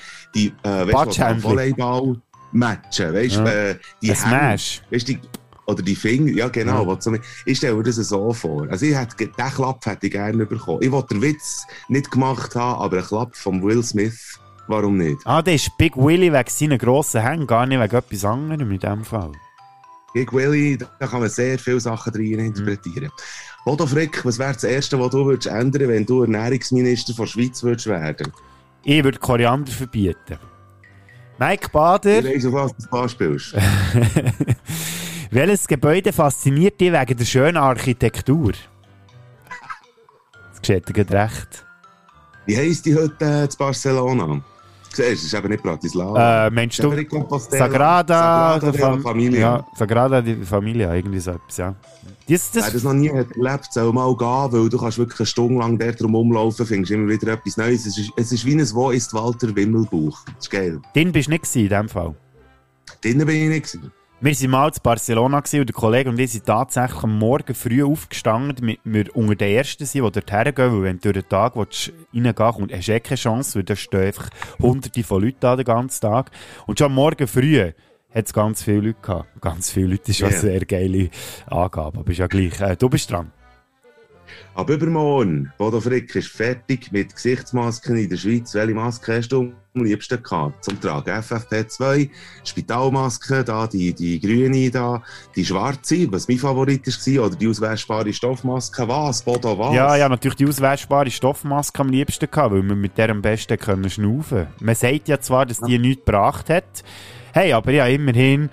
Volleyball-Matchen, weißt du? Die Smash. Weißt du, oder die Finger, ja genau. Ja. Ich stelle mir das so vor. Also den Klapp hätte ich gerne bekommen. Ich wollte den Witz nicht gemacht haben, aber ein Klapp von Will Smith... Warum nicht? Der ist Big Willy wegen seinen grossen Hängen, gar nicht wegen etwas anderem in diesem Fall. Big Willy, da kann man sehr viele Sachen drin interpretieren. Bodo Frick, was wäre das Erste, was du würdest ändern, wenn du Ernährungsminister der Schweiz würdest werden? Ich würde Koriander verbieten. Mike Bader... Ich weiss, auf was du Spaß spielst. Welches Gebäude fasziniert dich wegen der schönen Architektur? Das geschieht dir recht. Wie heisst die heute in Barcelona? Du siehst, es ist eben nicht Bratislava. Meinst du Sagrada Familia? Ja, Sagrada di Familia, irgendwie so etwas, ja. Wer das noch nie erlebt, soll mal gehen, weil du kannst wirklich eine Stunde lang dort rumlaufen, findest immer wieder etwas Neues. Es ist wie ein «Wo ist Walter Wimmelbuch». Das ist geil. Den bist du nicht in diesem Fall? Den bin ich nicht. Wir waren mal in Barcelona und der Kollege und ich sind tatsächlich am Morgen früh aufgestanden, damit wir unter den Ersten sind, die dort hergehen, weil wenn du durch den Tag reingehen willst, hast du keine Chance, weil da stehen einfach hunderte von Leuten da den ganzen Tag. Und schon am Morgen früh hat es ganz viele Leute gehabt. Ganz viele Leute, das ist eine sehr geile Angabe, aber ist ja gleich. Du bist dran. Ab übermorgen, Bodo Frick ist fertig mit Gesichtsmasken in der Schweiz. Welche Maske hast du am liebsten gehabt zum Tragen? FFP2, Spitalmaske, da, die grüne, da, die schwarze, was mein Favorit war, oder die auswaschbare Stoffmaske. Was, Bodo, was? Ja, natürlich die auswaschbare Stoffmaske am liebsten gehabt, weil wir mit der am besten schnaufen können. Man sagt ja zwar, dass die nichts gebracht hat. Hey, aber ja, immerhin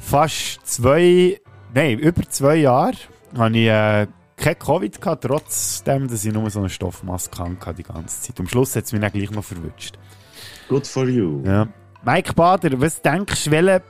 über 2 Jahre habe ich kein Covid gehabt, trotzdem, dass ich nur so eine Stoffmaske hatte die ganze Zeit. Am Schluss hat es mich dann gleich noch verwünscht. Good for you. Ja. Mike Bader, was denkst du,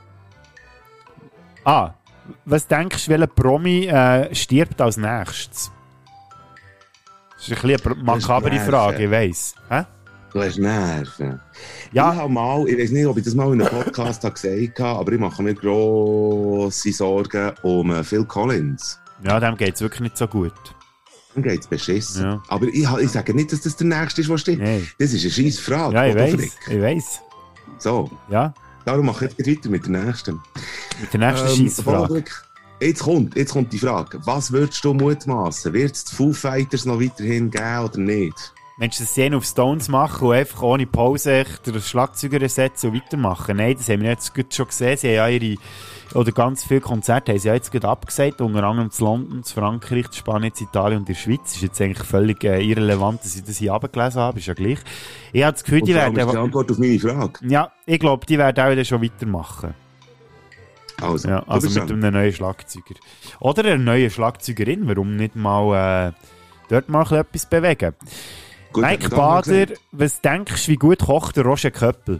welcher Promi stirbt als nächstes? Das ist ein bisschen eine makabere Frage, ich weiss. Hä? Du hast Nerven. Ja. Ich weiß nicht, ob ich das mal in einem Podcast gesagt habe, aber ich mache mir grosse Sorgen um Phil Collins. Ja, dem geht es wirklich nicht so gut. Dem geht es beschissen. Ja. Aber ich sage nicht, dass das der Nächste ist, der stimmt. Nee. Das ist eine scheisse Frage. Ja, ich weiss. So. Ja. Darum mache ich jetzt weiter mit der nächsten. Mit der nächsten Scheissfrage. Jetzt kommt die Frage. Was würdest du mutmaßen? Wird es die Foo Fighters noch weiterhin geben oder nicht? Mensch, das Szene auf Stones machen und einfach ohne Pause den Schlagzeuger ersetzen und weitermachen. Nein, das haben wir jetzt schon gesehen. Sie haben ja oder ganz viele Konzerte haben sie ja jetzt gerade abgesagt, unter anderem zu London, zu Frankreich, zu Spanien, zu Italien und in der Schweiz. Ist jetzt eigentlich völlig irrelevant, dass ich das hier runtergelesen habe, ist ja gleich. Ich habe das Gefühl, die werden... Das ist die Antwort auf meine Frage. Ja, ich glaube, die werden auch wieder schon weitermachen. Also mit einem neuen Schlagzeuger. Oder einer neuen Schlagzeugerin, warum nicht mal dort mal etwas bewegen. Gut, Mike Bader, was denkst du, wie gut kocht der Roger Köppel?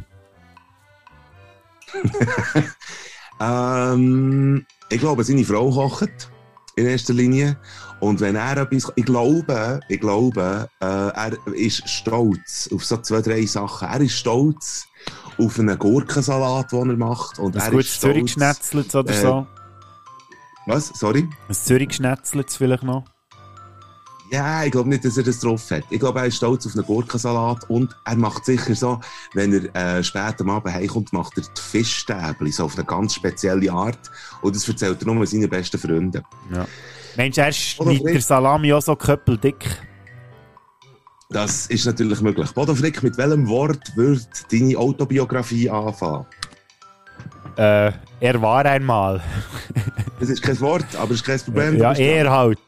Ich glaube, seine Frau kocht in erster Linie. Und wenn er etwas... Ich glaube, er ist stolz auf so 2, 3 Sachen. Er ist stolz auf einen Gurkensalat, den er macht. Und ein gutes Zürich-Schnetzlitz oder so? Was? Sorry? Ein Zürich-Schnetzlitz vielleicht noch? Ja, ich glaube nicht, dass er das drauf hat. Ich glaube, er ist stolz auf einen Gurkensalat und er macht sicher so, wenn er später am Abend heimkommt, macht er die Fischstäbchen so auf eine ganz spezielle Art und das erzählt er nur seinen besten Freunden. Ja. Mensch, er ist mit der Salami auch so köppeldick. Das ist natürlich möglich. Bodo Frick, mit welchem Wort wird deine Autobiografie anfangen? Er war einmal. Das ist kein Wort, aber es ist kein Problem. Ja, er halt.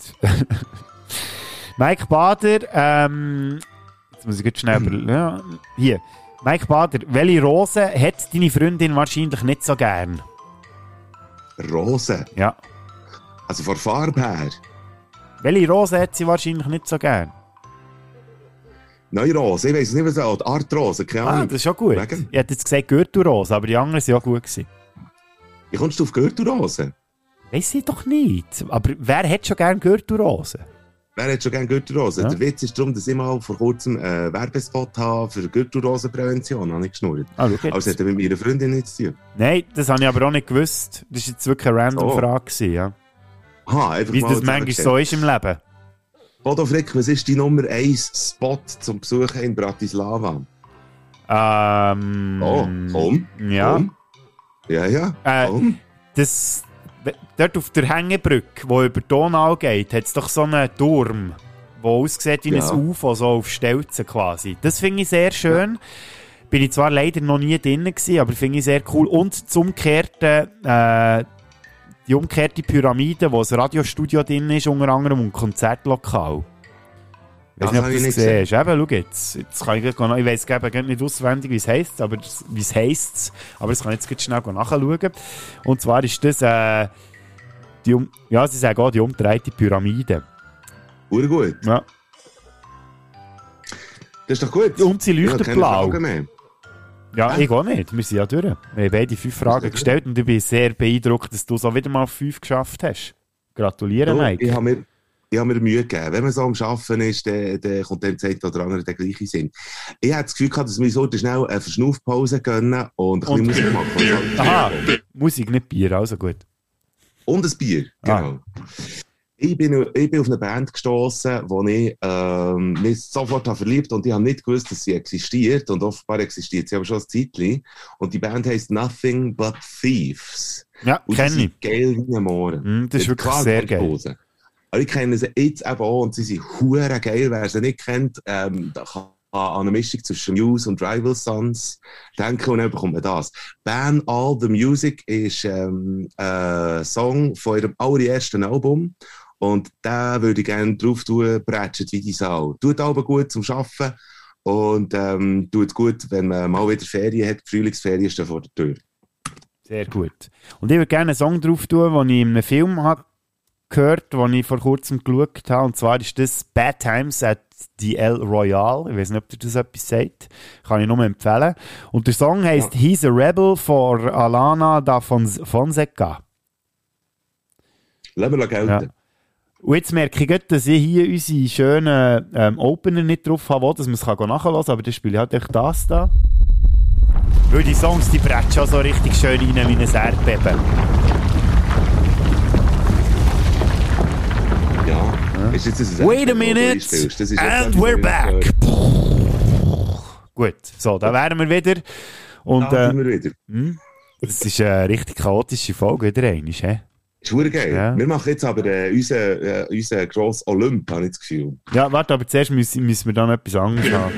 Mike Bader, jetzt muss ich jetzt schnell ja, hier. Mike Bader, welche Rose hat deine Freundin wahrscheinlich nicht so gern? Rose? Ja. Also von Farbe her? Welche Rose hat sie wahrscheinlich nicht so gern? Neue Rose, ich weiss es nicht, was das ist. Artrose, keine Ahnung. Das ist schon gut. Wegen? Ich hätte jetzt gesagt Gürtelrose, aber die anderen waren auch gut gewesen. Wie kommst du auf Gürtelrose? Weiss ich doch nicht. Aber wer hat schon gern Gürtelrose? Wer hat schon gerne Gürtelrose? Ja. Der Witz ist darum, dass ich mal vor kurzem einen Werbespot habe für Gürtelrosenprävention, habe ich geschnurrt. Aber es hat mit meiner Freundin nichts zu tun. Nein, das habe ich aber auch nicht gewusst. Das war jetzt wirklich eine random Frage gewesen, ja. Aha, einfach wie das manchmal so ist im Leben. Bodo Frick, was ist dein Nummer 1 Spot zum Besuchen in Bratislava? Komm. Ja. Komm. Ja, komm. Dort auf der Hängebrücke, die über die Donau geht, hat es doch so einen Turm, der aussieht wie ein UFO, so auf Stelzen quasi. Das finde ich sehr schön. Ja. Bin ich zwar leider noch nie drin gewesen, aber finde ich sehr cool. Und die umgekehrte Pyramide, wo ein Radiostudio drin ist, unter anderem, und ein Konzertlokal. Ich weiß nicht, ob du das gesehen hast. Eben, schau jetzt kann ich weiss nicht auswendig, wie es heisst, aber das kann ich jetzt schnell nachschauen. Und zwar ist das sie sagen auch die umgedrehte Pyramide. Urgut. Ja. Das ist doch gut. Und sie leuchtet blau. Ja, ich auch nicht. Wir sind ja durch. Wir haben beide 5 Fragen gestellt und ich bin sehr beeindruckt, dass du es auch wieder mal auf 5 geschafft hast. Gratuliere, Mike. Ich habe mir Mühe gegeben. Wenn man so am Arbeiten ist, dann kommt der Zeit oder andere der gleiche Sinn. Ich hatte das Gefühl gehabt, dass wir so schnell eine Verschnaufpause gönnen und ein bisschen Musik machen. Aha, Musik, nicht Bier, also gut. Und ein Bier, genau. Ich bin auf eine Band gestossen, wo ich mich sofort verliebt habe und ich habe nicht gewusst, dass sie existiert. Und offenbar existiert sie aber schon ein Zeitchen. Und die Band heisst Nothing But Thieves. Ja, kenne ich. Geil wie ein Mohren. Das ist wirklich sehr geil. Aber ich kenne sie jetzt eben auch und sie sind hure geil. Wer sie nicht kennt, da kann an eine Mischung zwischen Muse und Rival Sons denken und dann bekommt man das. Ban All the Music ist ein Song von ihrem allerersten Album und da würde ich gerne drauf tun, Bratschet wie die Sau. Tut aber gut zum Arbeiten und tut gut, wenn man mal wieder Ferien hat. Die Frühlingsferien stehen vor der Tür. Sehr gut. Und ich würde gerne einen Song drauf tun, den ich in einem Film habe gehört, den ich vor kurzem geschaut habe. Und zwar ist das Bad Times at the El Royale. Ich weiß nicht, ob dir das etwas sagt. Kann ich nur empfehlen. Und der Song heisst He's a Rebel von Alana da Fonseca. Lassen wir gelten. Ja. Und jetzt merke ich gerade, dass ich hier unsere schönen Opener nicht drauf habe, dass man es nachhören kann. Aber dann spiele ich halt echt das da. Weil die Songs, die bretschen schon so richtig schön rein wie ein Erdbeben. Wait a minute, and we're back. Gut, so, da wären wir wieder. Und, das ist eine richtig chaotische Folge wieder einmal, he? Ist verdammt geil. Ja. Wir machen jetzt aber unseren grossen Olymp, habe ich das Gefühl. Ja, warte, aber zuerst müssen wir dann etwas anderes haben.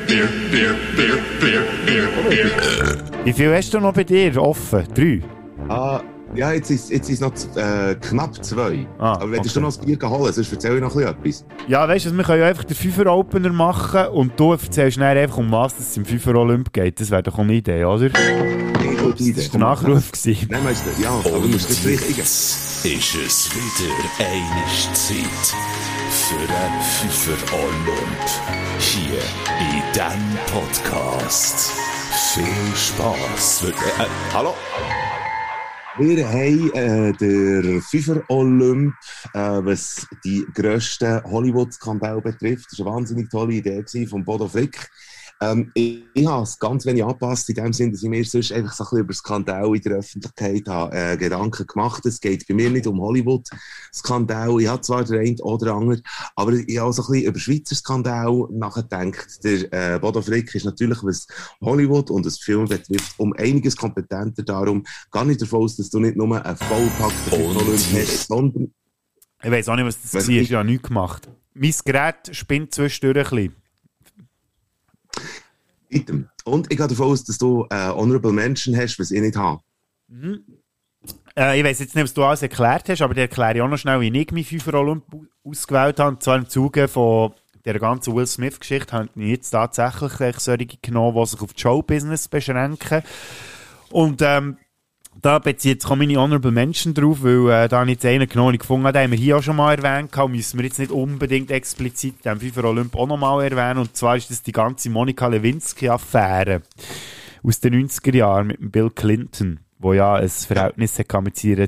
Wie viel hast du noch bei dir offen? 3? Ja, jetzt ist noch knapp 2. Aber wenn du noch ein Bier holen, sonst erzähle ich noch ein bisschen etwas. Ja, weißt du, wir können ja einfach den 5er-Opener machen und du erzählst dann einfach, um was es im 5er-Olymp geht. Das wäre doch eine Idee, oder? Das war der Nachruf. Nein, meinst du, ja, aber du musst das Richtige. Ist es wieder eine Zeit für einen 5er-Olymp hier in diesem Podcast. Viel Spass. Hallo? Wir haben den 5er-Olymp, was die grössten Hollywood-Skandale betrifft. Das war eine wahnsinnig tolle Idee von Bodo Frick. Ich habe es ganz wenig angepasst, in dem Sinne, dass ich mir sonst einfach so ein bisschen über Skandal in der Öffentlichkeit habe, Gedanken gemacht. Es geht bei mir nicht um Hollywood-Skandal. Ich habe zwar den einen oder anderen, aber ich habe auch so ein bisschen über Schweizer Skandal nachgedacht. Der Bodo Frick ist natürlich, was Hollywood und das Film betrifft, um einiges kompetenter. Darum gar nicht davon aus, dass du nicht nur einen vollpackten Olymp hast, sondern... Ich weiss auch nicht, was das war. Ich habe nichts gemacht. Mein Gerät spinnt zwischendurch ein bisschen. Und ich gehe davon aus, dass du Honorable Mention hast, was ich nicht habe. Ich weiss jetzt nicht, was du alles erklärt hast, aber ich erkläre ich auch noch schnell, wie ich meinen 5er-Olymp ausgewählt habe. Und zwar im Zuge von der ganzen Will Smith-Geschichte habe ich jetzt tatsächlich solche genommen, die sich auf das Showbusiness beschränken. Und da bezieht sich meine Honorable Mention drauf, weil da habe ich jetzt einen genommen, den ich gefunden habe, den haben wir hier auch schon mal erwähnt, und müssen wir jetzt nicht unbedingt explizit den 5er-Olymp auch noch mal erwähnen. Und zwar ist das die ganze Monika Lewinsky-Affäre aus den 90er Jahren mit dem Bill Clinton, wo ja ein Verhältnis hatte mit ihrer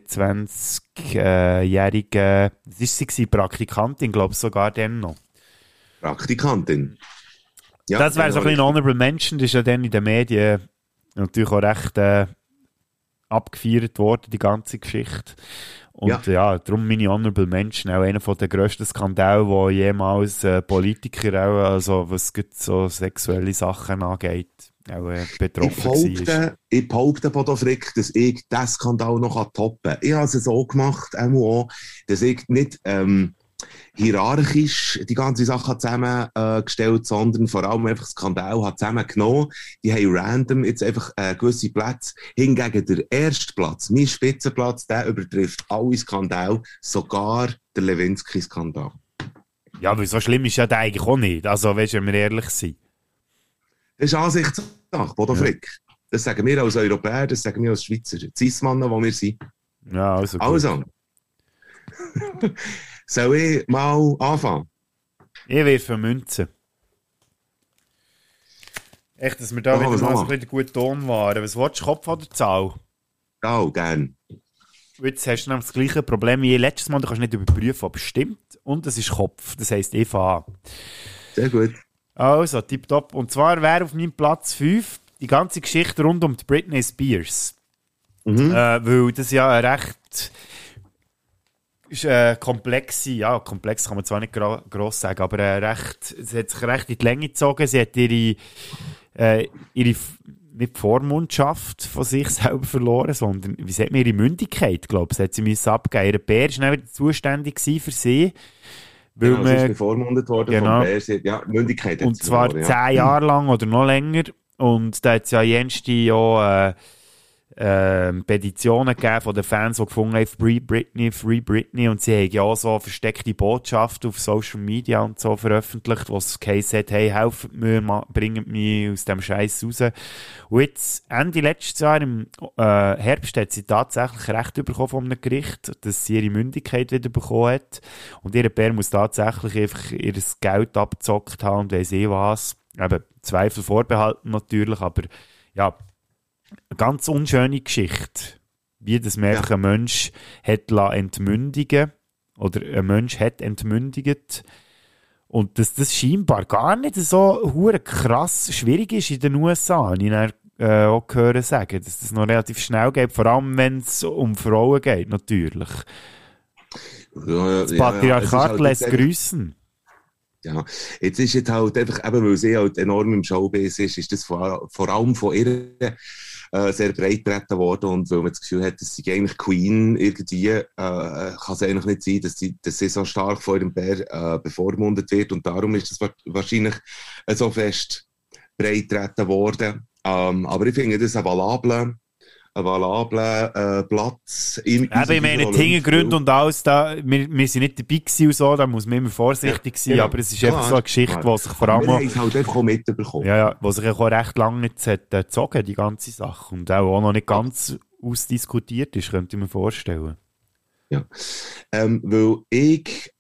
22-jährigen, was ist sie, Praktikantin, glaube ich, sogar dann noch. Praktikantin. Ja, das wäre so ein bisschen Honorable Mention, das ist ja dann in den Medien natürlich auch recht abgefeiert worden, die ganze Geschichte. Und ja, darum meine Honorable Mention, auch einer der grössten Skandale, wo jemals Politiker, auch, also was so sexuelle Sachen angeht, auch betroffen war. Ich behaupte, Bodo Frick, dass ich diesen Skandal noch toppen kann. Ich habe es so gemacht, auch, dass ich nicht hierarchisch die ganze Sache zusammengestellt, sondern vor allem einfach Skandal zusammengenommen. Die haben random jetzt einfach gewisse Plätze. Hingegen der erste Platz, mein Spitzenplatz, der übertrifft alle Skandale, sogar der Lewinsky-Skandal. Ja, weil so schlimm ist ja der eigentlich auch nicht. Also, wenn wir ehrlich sind. Das ist Ansichtssache, Bodo Frick. Das sagen wir als Europäer, das sagen wir als Schweizer. Cis-Männer, die wir sind. Ja, also gut. Also. Soll ich mal anfangen? Ich werfe Münzen. Echt, dass wir da wieder mal so ein bisschen gut Ton waren. Was willst du, Kopf oder Zahl? Ja, gern. Jetzt hast du noch das gleiche Problem wie letztes Mal. Du kannst nicht überprüfen, ob es stimmt. Und es ist Kopf. Das heisst, ich fange an. Sehr gut. Also, tipptopp. Und zwar wäre auf meinem Platz 5 die ganze Geschichte rund um die Britney Spears. Weil das ja eine recht... ist komplexe, ja, komplex kann man zwar nicht gross sagen, aber sie hat sich recht in die Länge gezogen. Sie hat ihre nicht Vormundschaft von sich selber verloren, sondern, wie sagt man, ihre Mündigkeit, glaube ich, hat sie müssen abgeben. Ihr Bär war dann wieder zuständig für sie. Weil genau, sie ist bevormundet worden vom Bär. Ja, Mündigkeit hat und zwar verloren, 10 Jahre lang oder noch länger. Und da hat es ja jenste auch Petitionen gegeben von den Fans, die gefunden haben, Free Britney. Und sie haben ja auch so versteckte Botschaften auf Social Media und so veröffentlicht, wo es geheißen hat, hey, helft mir, bringt mich aus dem Scheiß raus. Und jetzt, Ende letztes Jahr, im Herbst, hat sie tatsächlich Recht bekommen von einem Gericht, dass sie ihre Mündigkeit wieder bekommen hat. Und ihr Bär muss tatsächlich einfach ihr Geld abgezockt haben und weiss was. Eben, Zweifel vorbehalten natürlich, aber ja, eine ganz unschöne Geschichte, wie das man einfach einen Mensch hat entmündigen oder ein Mensch hat entmündigt und dass das scheinbar gar nicht so krass schwierig ist in den USA. Ich habe auch gehört sagen, dass das noch relativ schnell geht, vor allem wenn es um Frauen geht, natürlich. Das Patriarchat lässt grüßen. Ja, jetzt ist es halt einfach, eben weil sie halt enorm im Showbiz ist das vor allem von ihr sehr breit getreten worden und weil man das Gefühl hat, dass sie eigentlich Queen irgendwie, kann es eigentlich nicht sein, dass sie so stark von ihrem Bär bevormundet wird und darum ist das wahrscheinlich so fest breit getreten worden. Aber ich finde das ein valabler Platz. Ich meine, die Hintergründe und alles, wir sind nicht dabei gewesen und so, da muss man immer vorsichtig sein, genau. Aber es ist einfach so eine Geschichte, die sich vor allem... Wir haben es halt einfach auch mitbekommen. Ja, die sich auch recht lange nicht gezogen, die ganze Sache. Und auch noch nicht ganz ausdiskutiert ist, könnte ich mir vorstellen. Ja, weil ich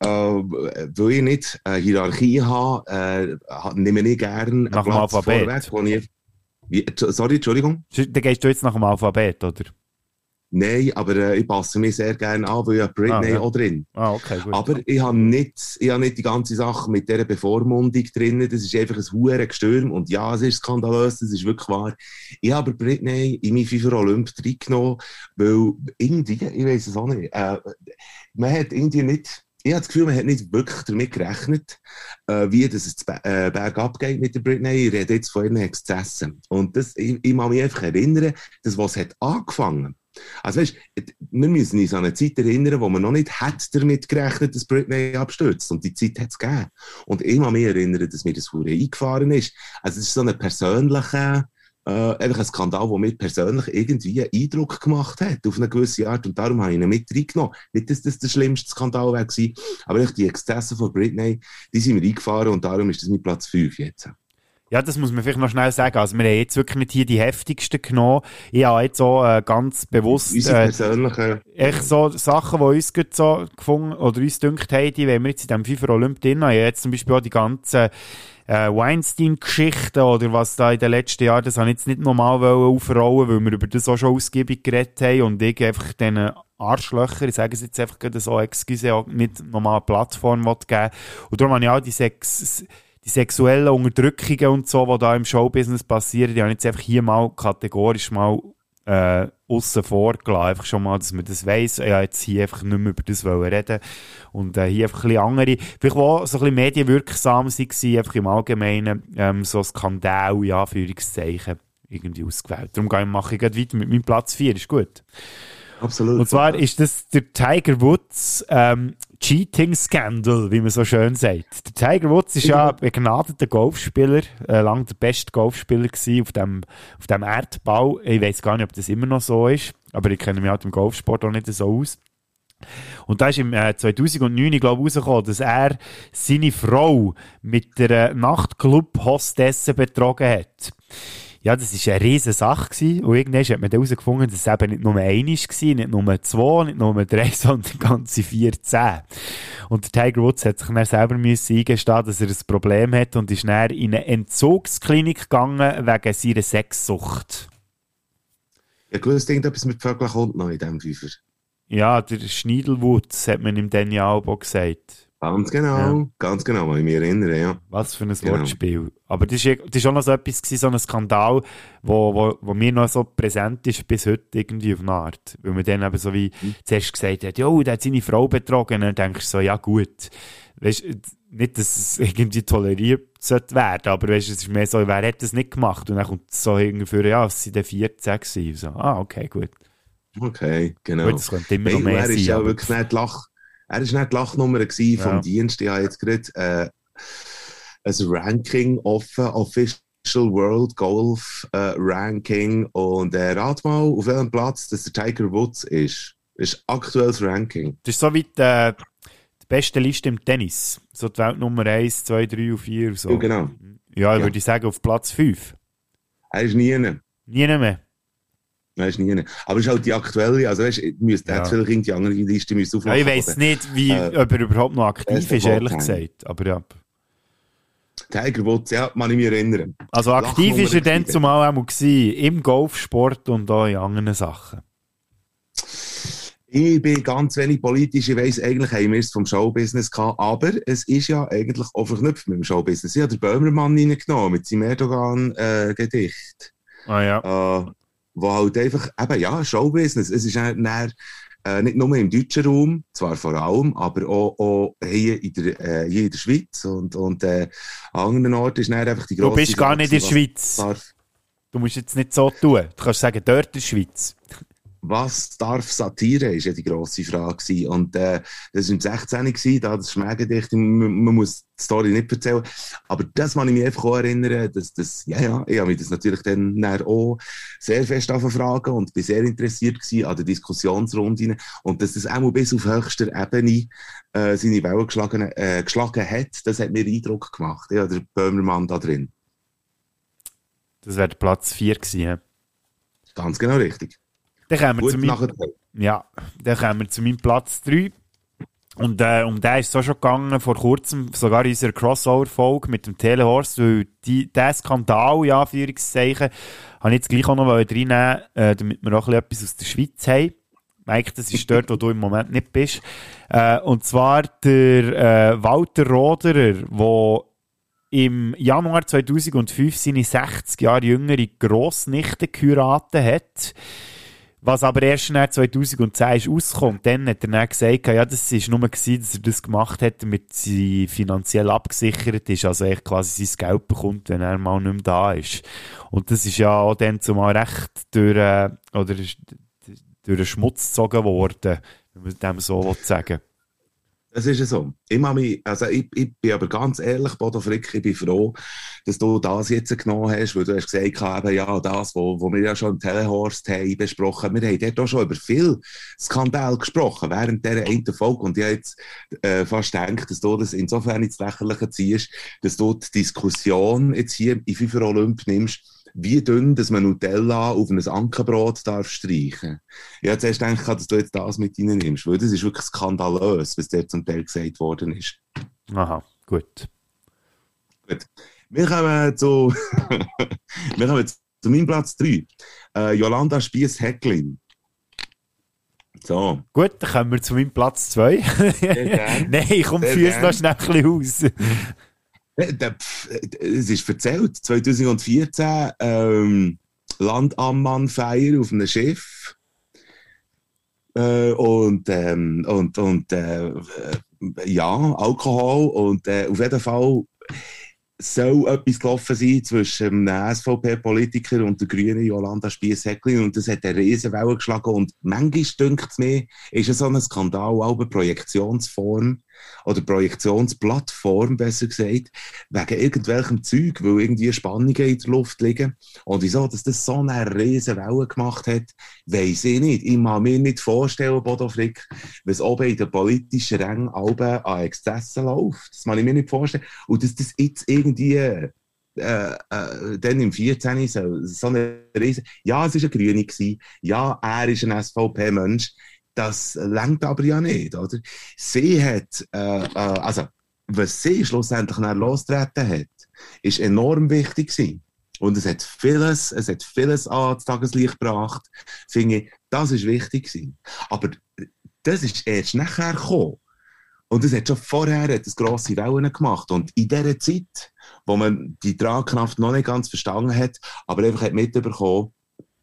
nicht eine Hierarchie habe, nehme ich gerne einen Platz vorweg, wo ich... Sorry, Entschuldigung? Dann gehst du jetzt nach dem Alphabet, oder? Nein, aber ich passe mich sehr gerne an, weil ich habe Britney auch drin. Okay, gut. Aber ich habe nicht die ganze Sache mit dieser Bevormundung drin. Das ist einfach ein verdammtes Gestürm. Und ja, es ist skandalös, das ist wirklich wahr. Ich habe Britney in mein FIFA Olymp reingenommen, weil irgendwie, ich weiss es auch nicht, man hat irgendwie nicht... Ich habe das Gefühl, man hat nicht wirklich damit gerechnet, wie das bergab geht mit der Britney. Ich rede jetzt von ihren Exzessen. Und ich muss mich einfach erinnern, dass was hat angefangen. Also weißt, wir müssen uns an eine Zeit erinnern, wo man noch nicht hat damit gerechnet, dass Britney abstürzt. Und die Zeit hat es gegeben. Und ich muss mich erinnern, dass mir das Hure eingefahren ist. Also es ist so eine persönliche... einfach ein Skandal, der mir persönlich irgendwie einen Eindruck gemacht hat, auf eine gewisse Art, und darum habe ich ihn mit reingenommen. Nicht, dass das der schlimmste Skandal war, aber die Exzesse von Britney, die sind mir eingefahren und darum ist das mein Platz 5 jetzt. Ja, das muss man vielleicht noch schnell sagen. Also wir haben jetzt wirklich nicht hier die heftigsten genommen. Ich habe jetzt auch ganz bewusst echt so Sachen, die uns so gefunden oder uns gedacht haben, die wollen wir jetzt in diesem FIFA Olymp drin haben. Ich habe jetzt zum Beispiel auch die ganzen Weinstein-Geschichten oder was da in den letzten Jahren, das habe ich jetzt nicht nochmal aufrollen, weil wir über das auch schon ausgiebig geredet haben und ich einfach diesen Arschlöcher, ich sage es jetzt einfach so, excuse, auch nicht nochmal eine Plattform geben. Und darum habe ich auch die sexuellen Unterdrückungen und so, die da im Showbusiness passieren, die habe ich jetzt einfach hier mal kategorisch mal aussen vor gelassen. Einfach schon mal, dass man das weiss. Ich wollte jetzt hier einfach nicht mehr über das reden. Und hier einfach ein bisschen andere, vielleicht auch so ein bisschen medienwirksam waren, einfach im Allgemeinen, so Skandal, in Anführungszeichen, irgendwie ausgewählt. Darum mache ich weiter mit meinem Platz 4, ist gut. Absolut. Und zwar ist das der Tiger Woods Cheating Scandal, wie man so schön sagt. Der Tiger Woods ist ja ein begnadeter Golfspieler, lange der beste Golfspieler gewesen auf dem Erdball. Ich weiss gar nicht, ob das immer noch so ist, aber ich kenne mich halt im Golfsport auch nicht so aus. Und da ist im 2009, ich glaube, rausgekommen, dass er seine Frau mit der Nachtclub-Hostesse betrogen hat. Ja, das war eine riesige Sache gewesen. Und irgendwann hat man herausgefunden, dass es eben nicht nur eine war, nicht nur 2, nicht nur 3, sondern ganze 14. Und der Tiger Woods hat sich dann selber eingestehen, dass er ein Problem hat und ist dann in eine Entzugsklinik gegangen wegen seiner Sexsucht. Ja, gewusst, irgendetwas mit Vögeln kommt noch in diesem Pfeifer. Ja, der Schniedelwoods hat man ihm dann ja auch gesagt. Ganz genau, kann ich mich erinnern, ja. Was für ein Wortspiel. Aber das ist auch noch so etwas gewesen, so ein Skandal, wo mir noch so präsent ist bis heute irgendwie auf eine Art. Weil man dann eben so wie zuerst gesagt hat, jo, der hat seine Frau betrogen. Und dann denkst du so, ja gut. Weißt, nicht, dass es irgendwie toleriert sollte werden, aber weißt, es ist mehr so, wer hat das nicht gemacht? Und dann kommt es so irgendwie, ja, es sind 14 gewesen. So, okay, gut. Okay, genau. Gut, das könnte immer noch mehr sein. Ja wirklich nicht er war nicht die Lachnummer vom Dienst. Ich habe jetzt gerade ein Ranking offen, Official World Golf Ranking. Und rat mal, auf welchem Platz das der Tiger Woods ist. Das ist aktuelles Ranking. Das ist so wie die beste Liste im Tennis. So die Welt Nummer 1, 2, 3 und 4. So. Ja, genau. Ja, würde ich sagen, auf Platz 5. Er ist nie mehr. Nie mehr. Weißt nie. Aber es ist halt die aktuelle, also weißt du, vielleicht die andere Liste aufmachen. Ja, ich weiss nicht, ob er überhaupt noch aktiv ist, ehrlich gesagt. Aber ja. Tiger Woods, ja, kann ich mich erinnern. Also aktiv war er dann zumal auch mal gewesen, im Golfsport und auch in anderen Sachen. Ich bin ganz wenig politisch, ich weiss, eigentlich haben wir es vom Showbusiness gehabt, aber es ist ja eigentlich auch verknüpft mit dem Showbusiness. Ich habe den Böhmermann reingenommen mit seinem Erdogan-Gedicht. Ah ja. Wo halt einfach, eben ja, Showbusiness, es ist nicht nur im deutschen Raum, zwar vor allem, aber auch hier in der Schweiz und an anderen Orten ist dann einfach die grosse... Du bist gar nicht in der Schweiz. Du musst jetzt nicht so tun. Du kannst sagen, dort in der Schweiz. Was darf Satire, ist ja die grosse Frage gewesen. Und das war im 16. gewesen, da das Schmägendicht, man muss die Story nicht erzählen. Aber das kann ich mich einfach auch erinnern, dass ich habe mich das natürlich dann auch sehr fest fragen und bin sehr interessiert gewesen an den Diskussionsrunden. Und dass das auch bis auf höchster Ebene seine Wellen geschlagen hat, das hat mir Eindruck gemacht. Ja, der Böhmermann da drin. Das wäre Platz 4 gewesen. Ja? Ganz genau richtig. Dann kommen wir zu meinem Platz 3. Und um den ist es auch schon gegangen, vor kurzem, sogar in unserer Crossover-Folge mit dem Telehorst, weil diesen Skandal, ja, Anführungszeichen, habe ich jetzt gleich auch noch reinnehmen, damit wir auch etwas aus der Schweiz haben. Mike, das ist dort, wo du im Moment nicht bist. Und zwar der Walter Roderer, der im Januar 2005 seine 60 Jahre jüngere Grossnichte geheiratet hat. Was aber erst nach 2010 ist rausgekommen. Dann hat er dann gesagt, ja, das war nur gewesen, dass er das gemacht hat, damit sie finanziell abgesichert ist, also echt quasi sein Geld bekommt, wenn er mal nicht mehr da ist. Und das ist ja auch dann zumal recht durch den Schmutz gezogen worden, wenn man dem so sagen will. Das ist ja so. Ich bin aber ganz ehrlich, Bodo Frick, ich bin froh, dass du das jetzt genommen hast, weil du hast gesagt, eben, ja, das, wo wir ja schon im Telehorst haben besprochen, wir haben dort auch schon über viel Skandal gesprochen, während dieser einen Folge. Und ich habe jetzt fast gedacht, dass du das insofern ins Lächerliche ziehst, dass du die Diskussion jetzt hier in 5 Olymp nimmst, wie dünn, dass man Nutella auf ein Ankerbrot darf streichen. Ich habe zuerst gedacht, dass du jetzt das mit reinnimmst, weil das ist wirklich skandalös, was dir zum Teil gesagt worden ist. Aha, gut. Wir kommen zu meinem Platz 3. Jolanda Spiess-Häcklin. So. Gut, dann kommen wir zu meinem Platz 2. Nein, komm, führ's noch schnell ein bisschen aus. Es ist erzählt, 2014 Landammann-Feier auf einem Schiff Alkohol und auf jeden Fall soll etwas gelaufen sein zwischen einem SVP-Politiker und der grünen Jolanda Spiess-Häcklin und das hat eine Riesenwelle geschlagen und manchmal dünkt es mir, ist so ein Skandal auch eine Projektionsform oder Projektionsplattform, besser gesagt, wegen irgendwelchem Zeug, weil irgendwie Spannungen in der Luft liegen. Und wieso, dass das so eine Riesenwelle gemacht hat, weiss ich nicht. Ich kann mir nicht vorstellen, Bodo Frick, was oben in den politischen Rängen an Exzessen läuft. Das kann ich mir nicht vorstellen. Und dass das jetzt irgendwie dann im 14. so eine Riesen... Ja, es war ein Grüne gewesen. Ja, er ist ein SVP-Mensch. Das lenkt aber ja nicht, oder? Sie hat, was sie schlussendlich dann losgetreten hat, ist enorm wichtig gewesen. Und es hat vieles ans Tageslicht gebracht. Finde ich, das ist wichtig gewesen. Aber das ist erst nachher gekommen. Und es hat schon vorher grosse Wellen gemacht. Und in dieser Zeit, wo man die Tragkraft noch nicht ganz verstanden hat, aber einfach hat mitbekommen,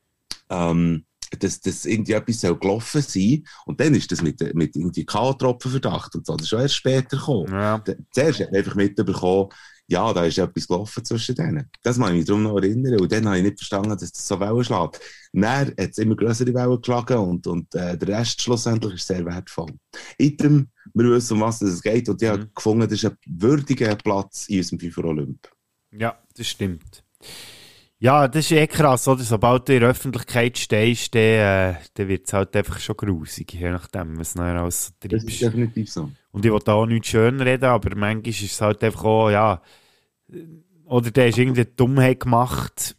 dass irgendwie etwas gelaufen sein soll. Und dann ist das mit irgendwie K-Tropfenverdacht und so. Das ist schon erst später gekommen. Ja. Zuerst hat man einfach mitbekommen, ja, da ist etwas gelaufen zwischen denen. Das kann ich mich darum noch erinnern. Und dann habe ich nicht verstanden, dass das so Wellen schlägt. Dann hat es immer grössere Wellen geschlagen und der Rest schlussendlich ist sehr wertvoll. Item, wir wissen, um was es geht. Und ich habe gefunden, das ist ein würdiger Platz in unserem FIFA Olymp. Ja, das stimmt. Ja, das ist krass, oder? Sobald du in der Öffentlichkeit stehst, dann wird es halt einfach schon grusig, je nachdem, was nachher alles so treibst. Das ist definitiv so. Und ich will da auch nicht schön reden, aber manchmal ist es halt einfach auch, ja, oder der hast irgendeine Dummheit gemacht,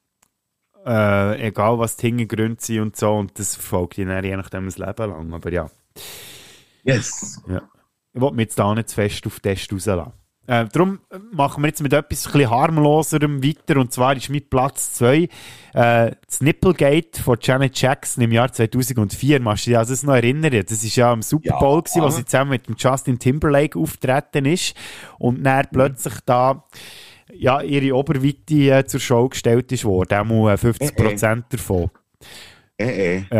egal was die Hintergründe sind und so, und das verfolgt dich dann je nachdem das Leben lang, aber ja. Yes. Ja. Ich will mich jetzt da nicht zu fest auf den Test rauslassen. Darum machen wir jetzt mit etwas ein bisschen harmloserem weiter, und zwar ist mein Platz 2 das Nipplegate von Janet Jackson im Jahr 2004. Machst du dich an das noch erinnern? Das war ja am Super Bowl, wo sie zusammen mit dem Justin Timberlake auftreten ist und dann plötzlich da ja, ihre Oberweite zur Show gestellt ist worden, auch 50% davon. Ja,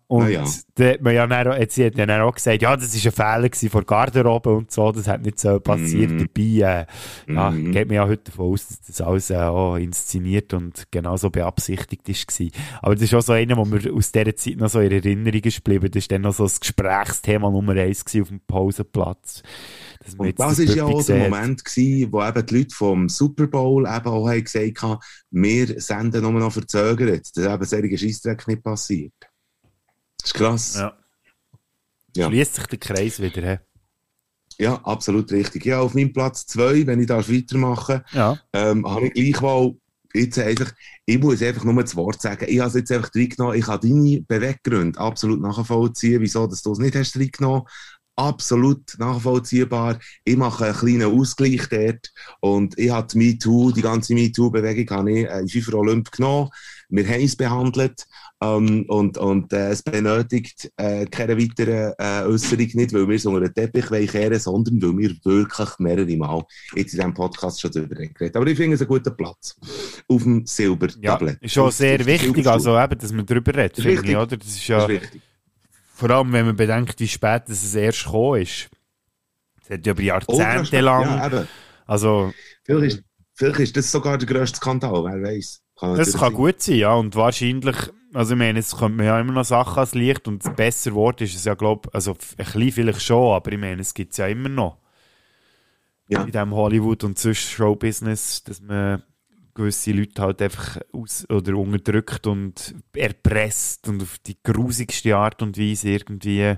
Und ja. da hat man ja sie hat dann auch gesagt, ja, das war ein Fehler von der Garderobe und so, das hat nicht so passiert. Dabei geht man ja heute davon aus, dass das alles auch inszeniert und genauso beabsichtigt war. Aber das ist auch so einer, wo mir aus dieser Zeit noch so in Erinnerung ist geblieben. Das war dann noch so das Gesprächsthema Nummer 1 auf dem Pausenplatz. Und das war ja auch der Moment gewesen, wo eben die Leute vom Super Bowl eben auch haben gesagt haben, wir senden nur noch verzögert, dass eben solche Scheissdreck nicht passiert. Das ist krass. Ja. Schließt sich der Kreis wieder, he? Ja, absolut richtig. Ja, auf meinem Platz 2, wenn ich da weitermache, habe ich gleichwohl jetzt einfach, ich muss einfach nur das Wort sagen, ich habe es jetzt einfach reingenommen, ich kann deine Beweggründe absolut nachvollziehen, wieso dass du es nicht hast reingenommen. Absolut nachvollziehbar. Ich mache einen kleinen Ausgleich dort und ich habe die ganze MeToo-Bewegung habe ich in FIFA Olymp genommen. Wir haben es behandelt und es benötigt keine weitere Äußerung, nicht weil wir es unter den Teppich kehren, sondern weil wir wirklich mehrere Mal jetzt in diesem Podcast schon darüber geredet. Aber ich finde es einen guten Platz auf dem Silbertablett. Ja, ist schon sehr wichtig, also eben, dass man darüber redet, finde ich, oder? Das ist ja wichtig. Vor allem, wenn man bedenkt, wie spät es erst gekommen ist. Es hat ja über Jahrzehnte lang... Ja, also, vielleicht ist das sogar der grösste Skandal, wer weiß. Das kann gut sein, ja. Und wahrscheinlich, also ich meine, es kommt mir ja immer noch Sachen ans Licht und das bessere Wort ist es ja, glaube ich, also ein bisschen vielleicht schon, aber ich meine, es gibt es ja immer noch. Ja. In diesem Hollywood und sonst Showbusiness, dass man gewisse Leute halt einfach oder unterdrückt und erpresst und auf die grusigste Art und Weise irgendwie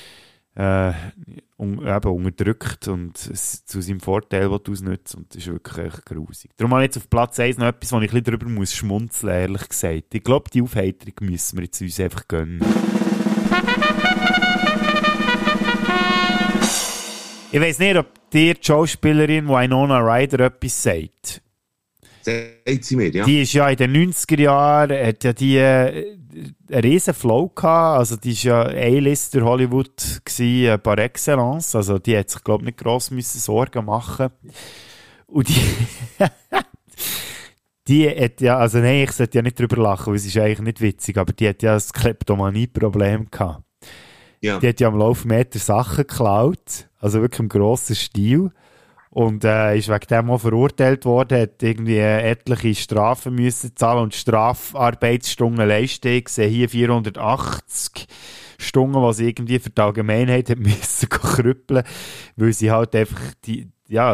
unterdrückt und es zu seinem Vorteil ausnutzt und das ist wirklich echt grusig. Darum habe ich jetzt auf Platz 1 noch etwas, wo ich ein bisschen darüber muss schmunzeln, ehrlich gesagt. Ich glaube, die Aufheiterung müssen wir jetzt uns einfach gönnen. Ich weiss nicht, ob dir die Schauspielerin Winona Ryder etwas sagt. Sagt sie mir, ja. Die ist ja in den 90er Jahren, hat ja die einen riesen Flow gehabt, also die ist ja A-Lister Hollywood gewesen, par excellence, also die hat sich, glaube ich, nicht gross müssen Sorgen machen. Und die hat ja, also nein, ich sollte ja nicht drüber lachen, weil es ist eigentlich nicht witzig, aber die hat ja ein Kleptomanie-Problem gehabt. Ja. Die hat ja am Laufmeter Sachen geklaut, also wirklich im grossen Stil. Und ist wegen dem auch verurteilt worden, hat irgendwie etliche Strafen müssen zahlen und Strafarbeitsstunden Leistung sehen hier 480 Stunden, was sie irgendwie für die Allgemeinheit hat müssen krüppeln, weil sie halt einfach den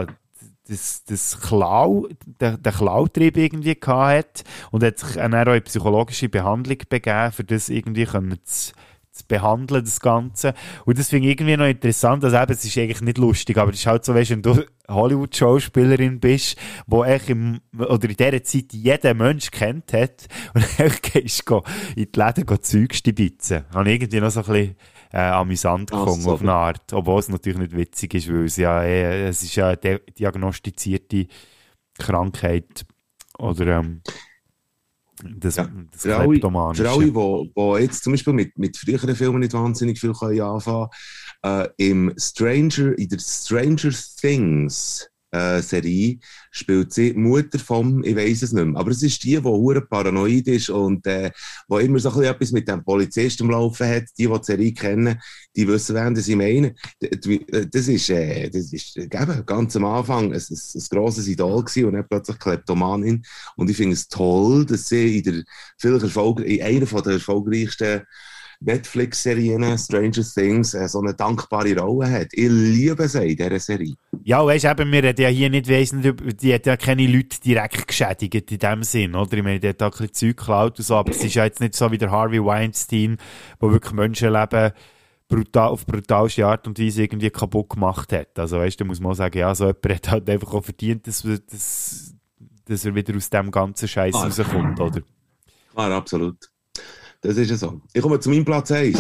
Klautrieb irgendwie gehabt hat und hat sich dann auch in psychologische Behandlung begeben, für das irgendwie zu behandeln, das Ganze. Und das finde ich irgendwie noch interessant, also eben, es ist eigentlich nicht lustig, aber es ist halt so, weißt du, wenn du Hollywood-Schauspielerin bist, wo eigentlich in dieser Zeit jeder Mensch kennt hat und dann gehst du in die Läden Zeug stibitzen. Habe ich irgendwie noch so ein bisschen amüsant gefunden, auf eine Art. Obwohl es natürlich nicht witzig ist, weil es ist ja eine diagnostizierte Krankheit oder das Kleptomanische. Für alle, die jetzt zum Beispiel mit früheren Filmen nicht wahnsinnig viel anfangen können, in der Stranger Things Serie spielt sie die Mutter vom, ich weiss es nicht mehr, aber es ist die hure paranoid ist und wo immer so etwas mit dem Polizisten am Laufen hat, die Serie kennen, die wissen, wen sie meinen. Das ist ganz am Anfang ein grosses Idol gewesen und dann plötzlich Kleptomanin und ich finde es toll, dass sie in einer der erfolgreichsten Netflix-Serien, Stranger Things, so eine dankbare Rolle hat. Ich liebe sie in dieser Serie. Ja, weißt du, wir reden ja hier nicht wesentlich, die hat ja keine Leute direkt geschädigt in dem Sinn, oder? Ich meine, die hat auch ein bisschen Zeug geklaut und so, aber es ist ja jetzt nicht so wie der Harvey Weinstein, wo wirklich Menschenleben auf brutalste Art und Weise irgendwie kaputt gemacht hat. Also weißt du, da muss man auch sagen, ja, so jemand hat halt einfach auch verdient, dass er wieder aus dem ganzen Scheiß rauskommt, oder? Klar, absolut. Das ist ja so. Ich komme zu meinem Platz 1.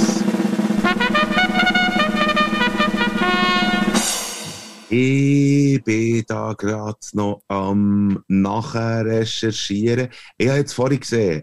Ich bin da gerade noch am Nachrecherchieren. Ich habe jetzt vorhin gesehen,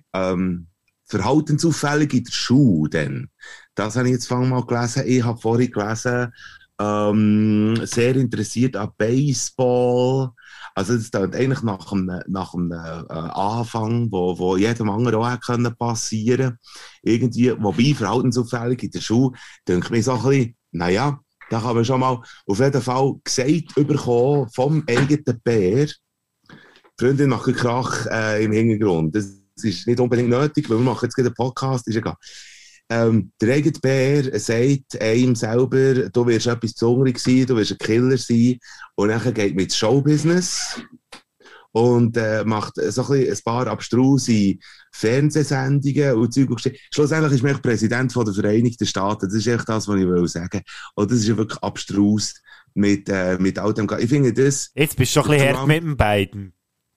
Verhaltensauffällig in der Schule. Das habe ich jetzt mal gelesen. Ich habe vorhin gelesen, sehr interessiert an Baseball. Also das ist eigentlich nach einem Anfang, wo jedem anderen auch hätte passieren können. Irgendwie, wobei verhaltensauffällig in der Schule, denke ich mir so ein bisschen, naja, da kann man schon mal auf jeden Fall gesagt bekommen vom eigenen Bär. Die Freundin macht Krach im Hintergrund. Das ist nicht unbedingt nötig, weil wir machen jetzt gerade einen Podcast, ist egal. Der eigene Bär sagt einem selber, du wirst etwas Besonderes sein, du wirst ein Killer sein. Und dann geht man ins Showbusiness und macht so ein paar abstruse Fernsehsendungen und Zeug und Geschichte. Schlussendlich ist man Präsident von der Vereinigten Staaten. Das ist echt das, was ich will sagen. Und das ist ja wirklich abstrus mit all dem. Ich finde das... Jetzt bist du schon ein bisschen hart mit dem beiden.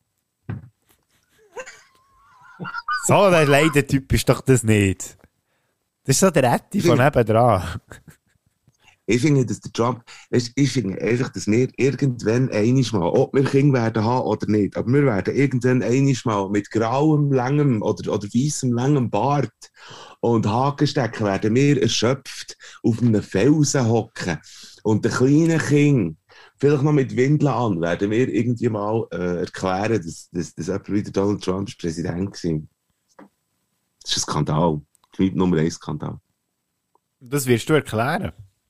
So ein Leidentyp ist doch das nicht. Das ist so der Etti von nebendran. Ich finde, dass der Trump, ich finde einfach, dass wir irgendwann einmal, ob wir Kinder werden haben oder nicht, aber wir werden irgendwann einmal mit grauem, langem oder weissem, langem Bart und Hakenstecken werden wir erschöpft auf einem Felsen hocken. Und der kleine Kind, vielleicht noch mit Windeln an, werden wir irgendwie mal erklären, dass jemand wie Donald Trump Präsident war. Das ist ein Skandal. Das ist Nummer 1 Skandal. Das wirst du erklären.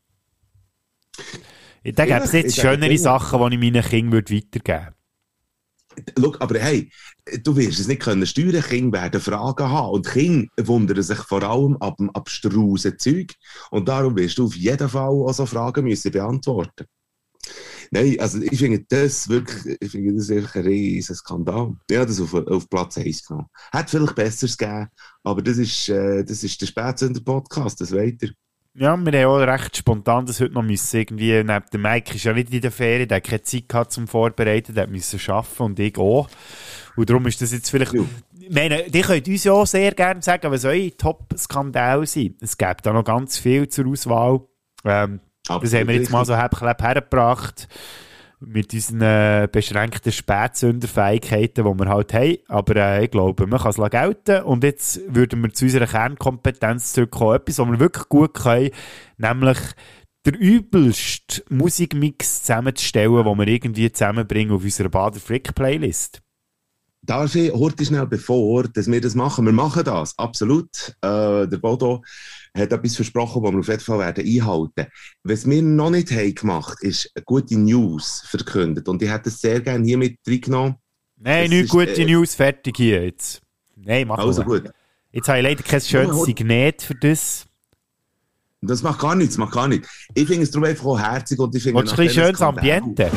Da gäbe es jetzt schönere Sachen, die ich meinen Kindern weitergeben würde. Schau, aber hey, du wirst es nicht können steuern. Kinder werden Fragen haben. Und Kinder wundern sich vor allem ab dem abstrusen Zeug. Und darum wirst du auf jeden Fall auch so Fragen müssen beantworten. Nein, also ich finde das wirklich ein riesen Skandal. Ja, das auf Platz 1 genommen. Hätte vielleicht Besseres gegeben, aber das ist der Spätsünder-Podcast, das weisst ihr. Ja, wir haben auch recht spontan das heute noch müssen. Irgendwie, neben dem Mike ist ja nicht in der Ferien, der hat keine Zeit gehabt zum Vorbereiten, der musste arbeiten und ich auch. Und darum ist das jetzt vielleicht... Ja. Ich meine, die könnt uns ja auch sehr gerne sagen, was euer Top-Skandal sind. Es gibt da noch ganz viel zur Auswahl. Das haben wir jetzt mal so hergebracht mit unseren beschränkten Spätsünderfähigkeiten, die wir halt haben. Aber ich glaube, man kann es gelten. Und jetzt würden wir zu unserer Kernkompetenz zurückkommen. Etwas, was wir wirklich gut können, nämlich den übelsten Musikmix zusammenzustellen, den wir irgendwie zusammenbringen auf unserer Bader Frick-Playlist. Darf ich heute schnell, bevor dass wir das machen? Wir machen das, absolut. Der Bodo hat etwas versprochen, das wir auf jeden Fall einhalten werden. Was wir noch nicht haben gemacht, ist gute News verkündet. Und ich hätte es sehr gerne hier mit reingenommen. Nein, nicht gute News, fertig hier jetzt. Nein, mach also mal. Gut. Jetzt habe ich leider kein schönes Signet für das. Das macht gar nichts, Ich finde es darum einfach auch herzig und ich finde... Willst du ein schönes Ambiente?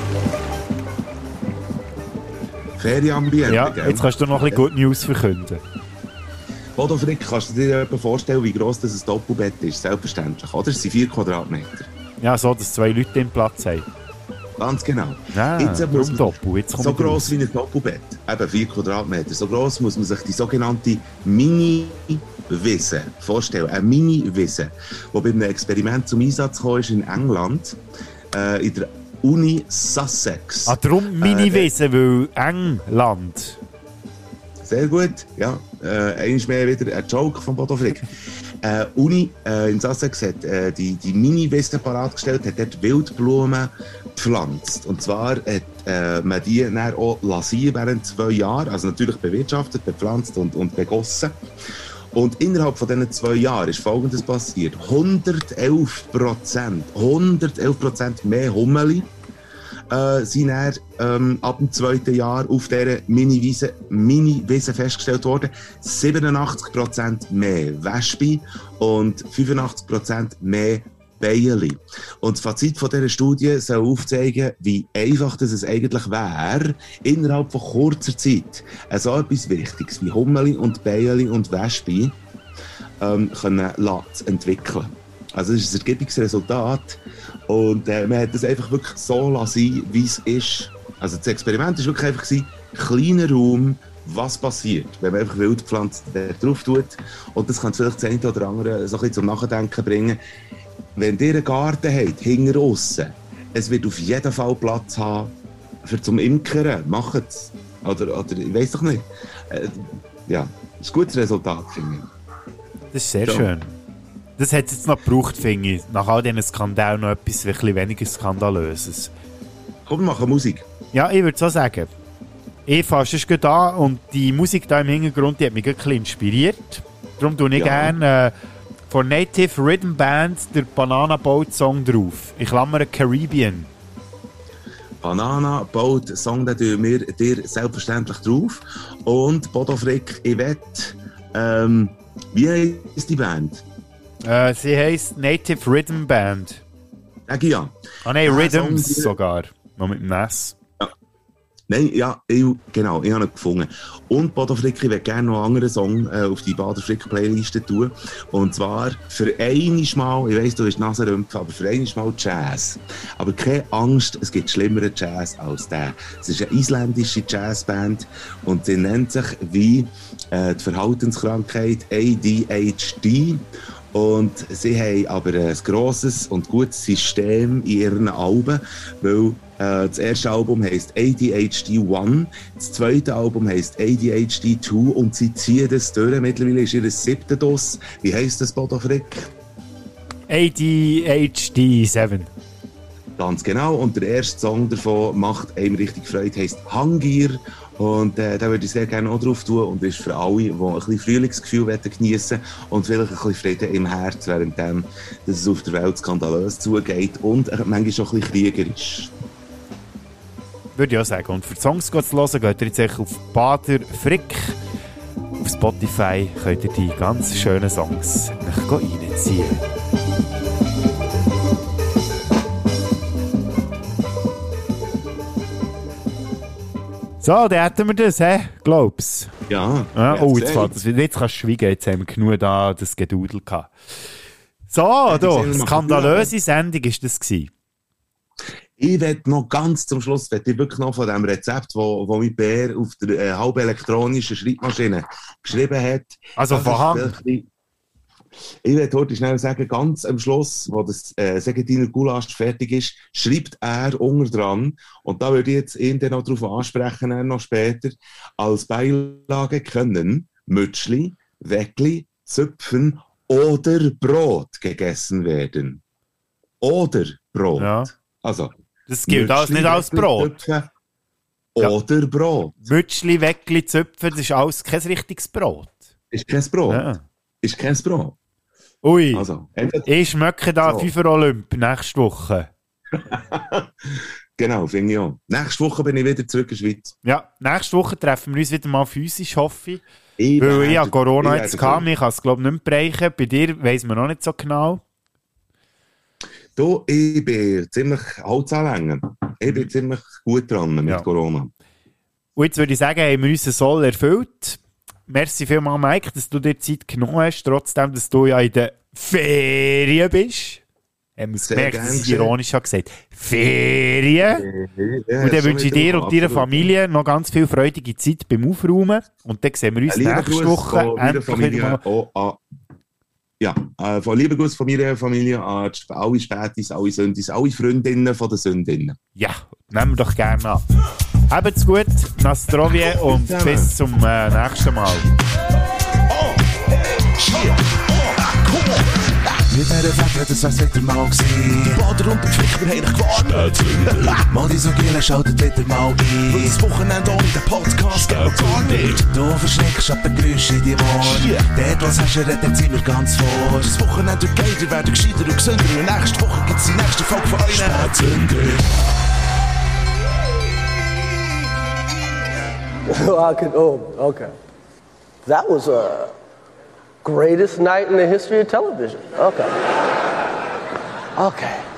Ferienambiente, ja, gell? Jetzt kannst du noch ein bisschen Good News verkünden. Bodo Frick, kannst du dir vorstellen, wie gross das ein Doppelbett ist? Selbstverständlich, oder? Es sind 4 Quadratmeter. Ja, so, dass 2 Leute im Platz haben. Ganz genau. Ja, jetzt muss man Doppel. Jetzt so gross wie ein Doppelbett, eben 4 Quadratmeter, so gross muss man sich die sogenannte Mini-Wiese vorstellen. Eine Mini-Wiese, die bei einem Experiment zum Einsatz gekommen ist in England, in der Uni Sussex. Darum Mini-Wiese, weil England. Sehr gut, ja. Einmal mehr wieder ein Joke von Bodo Frick. Uni in Sussex hat die Mini-Wiese parat gestellt, hat dort Wildblumen gepflanzt. Und zwar hat man die dann auch lassen während 2 Jahren, also natürlich bewirtschaftet, bepflanzt und begossen. Und innerhalb von diesen 2 Jahren ist Folgendes passiert. 111% mehr Hummeli sind dann, ab dem 2. Jahr auf dieser Mini-Wiese festgestellt worden. 87% mehr Wespe und 85% mehr Bienen. Und das Fazit von dieser Studie soll aufzeigen, wie einfach das es eigentlich wäre, innerhalb von kurzer Zeit so etwas Wichtiges wie Hummeli und Bienen und Wespe können entwickeln. Also das ist das Ergebnisresultat. Und man hat das einfach wirklich so lassen, wie es ist. Also das Experiment war wirklich einfach kleiner Raum, was passiert, wenn man einfach Wildpflanzen drauf tut. Und das kann vielleicht das eine oder andere so ein bisschen zum Nachdenken bringen. Wenn ihr einen Garten habt, hinten aussen, es wird auf jeden Fall Platz haben zum Imkern. Macht es. Oder ich weiss doch nicht. Ja, das ist ein gutes Resultat, finde ich. Das ist sehr schön. Das hat es jetzt noch gebraucht, finde ich. Nach all diesen Skandalen noch etwas ein bisschen weniger Skandalöses. Komm, wir machen Musik. Ja, ich würde so sagen. Ich fange schon an und die Musik da im Hintergrund, die hat mich ein bisschen inspiriert. Darum tue ich gerne von Native Rhythm Band der Banana Boat Song drauf. Ich klammere Caribbean. Banana Boat Song, den tun wir dir selbstverständlich drauf. Und Bodo Frick, ich wette, wie heisst die Band? Sie heisst Native Rhythm Band. Sag ich ja. Ah nein, Rhythms sogar. Noch mit dem S. Nein, ja, genau, ich habe ihn gefunden. Und Bodo Frick, ich würde gerne noch einen anderen Song auf die Bodo Frick-Playliste tun. Und zwar für einiges Mal, ich weiss, du bist Nasenrümpfen, aber für einiges Mal Jazz. Aber keine Angst, es gibt schlimmeren Jazz als der. Es ist eine isländische Jazzband und sie nennt sich wie die Verhaltenskrankheit ADHD. Und sie haben aber ein grosses und gutes System in ihren Alben, weil das erste Album heisst ADHD 1, das zweite Album heisst ADHD 2 und sie ziehen das durch. Mittlerweile ist ihr 7. Doss. Wie heisst das, Bodo Frick? ADHD 7. Ganz genau. Und der erste Song davon macht einem richtig Freude, heisst Hangier. Und da würde ich sehr gerne auch drauf tun und ist für alle, die ein bisschen Frühlingsgefühl geniessen und vielleicht ein bisschen Frieden im Herz, während es auf der Welt skandalös zugeht und manchmal auch ein bisschen kriegerisch. Würde ich auch sagen. Und für die Songs zu hören, geht ihr jetzt auf Bader Frick. Auf Spotify könnt ihr die ganz schönen Songs reinziehen. So, dann hätten wir das, glaub's. Ja. Oh, jetzt kannst du schweigen, jetzt haben wir genug da das Gedudel gehabt. So, skandalöse Sendung war das gewesen. Ich werde noch ganz zum Schluss, ich wirklich noch von dem Rezept, wo mein Bär auf der halb elektronischen Schreibmaschine geschrieben hat. Also von Hand? Ich werde heute schnell sagen, ganz am Schluss, wo das Segediner Gulasch fertig ist, schreibt er unten dran, und da würde ich jetzt ihn dann noch darauf ansprechen, noch später, als Beilage können Mütschli, Weckli, Zöpfen oder Brot gegessen werden. Oder Brot. Ja. Also, das gilt alles nicht als Brot. Zöpfen oder Brot. Mütschli, Weckli, Zöpfen, das ist alles kein richtiges Brot. Ist kein Brot. Ja. Ist kein Brot. Ui, also, ich schmecke da so. FIFA Olymp nächste Woche. Genau, finde ich auch. Nächste Woche bin ich wieder zurück in der Schweiz. Ja, nächste Woche treffen wir uns wieder mal physisch, hoffe ich. Weil ich habe Corona jetzt gehabt, ich kann es glaube ich nicht mehr bereichen. Bei dir weiss man noch nicht so genau. Du, ich bin ziemlich Holzanlängen. Ich bin ziemlich gut dran mit Corona. Und jetzt würde ich sagen, haben wir unseren Soll erfüllt. Merci vielmals, Mike, dass du dir Zeit genommen hast, trotzdem, dass du ja in der Ferien bist. Haben wir es gemerkt, dass ich ironisch habe gesagt. Ferien. Ja, und dann wünsche ich dir und deiner Familie noch ganz viel freudige Zeit beim Aufräumen. Und dann sehen wir uns nächste Woche endlich wieder mal. Von lieben Gruß Familie an alle Spätis, alle Sündis, alle Freundinnen von den Sündinnen. Ja, nehmen wir doch gerne an. Habt's gut, Nastrovje und bis zum nächsten Mal. Mit dieser Fächer, das wär's wieder mal gewesen. Bader und Frick, wir haben dich gewarnt. Mal die so Gielen, schaltet wieder mal ein. Weil das Wochenende ohne den Podcast geht gar nicht. Du verschreckst ab den Geräuschen in die Ohren. Dort, was hast du, redet sind wir ganz vor. Das Wochenende wird geil, ihr werdet gescheiter und gesünder. Und nächste Woche gibt's die nächste Folge von euch. Spätzünder. Okay. That was a greatest night in the history of television. Okay.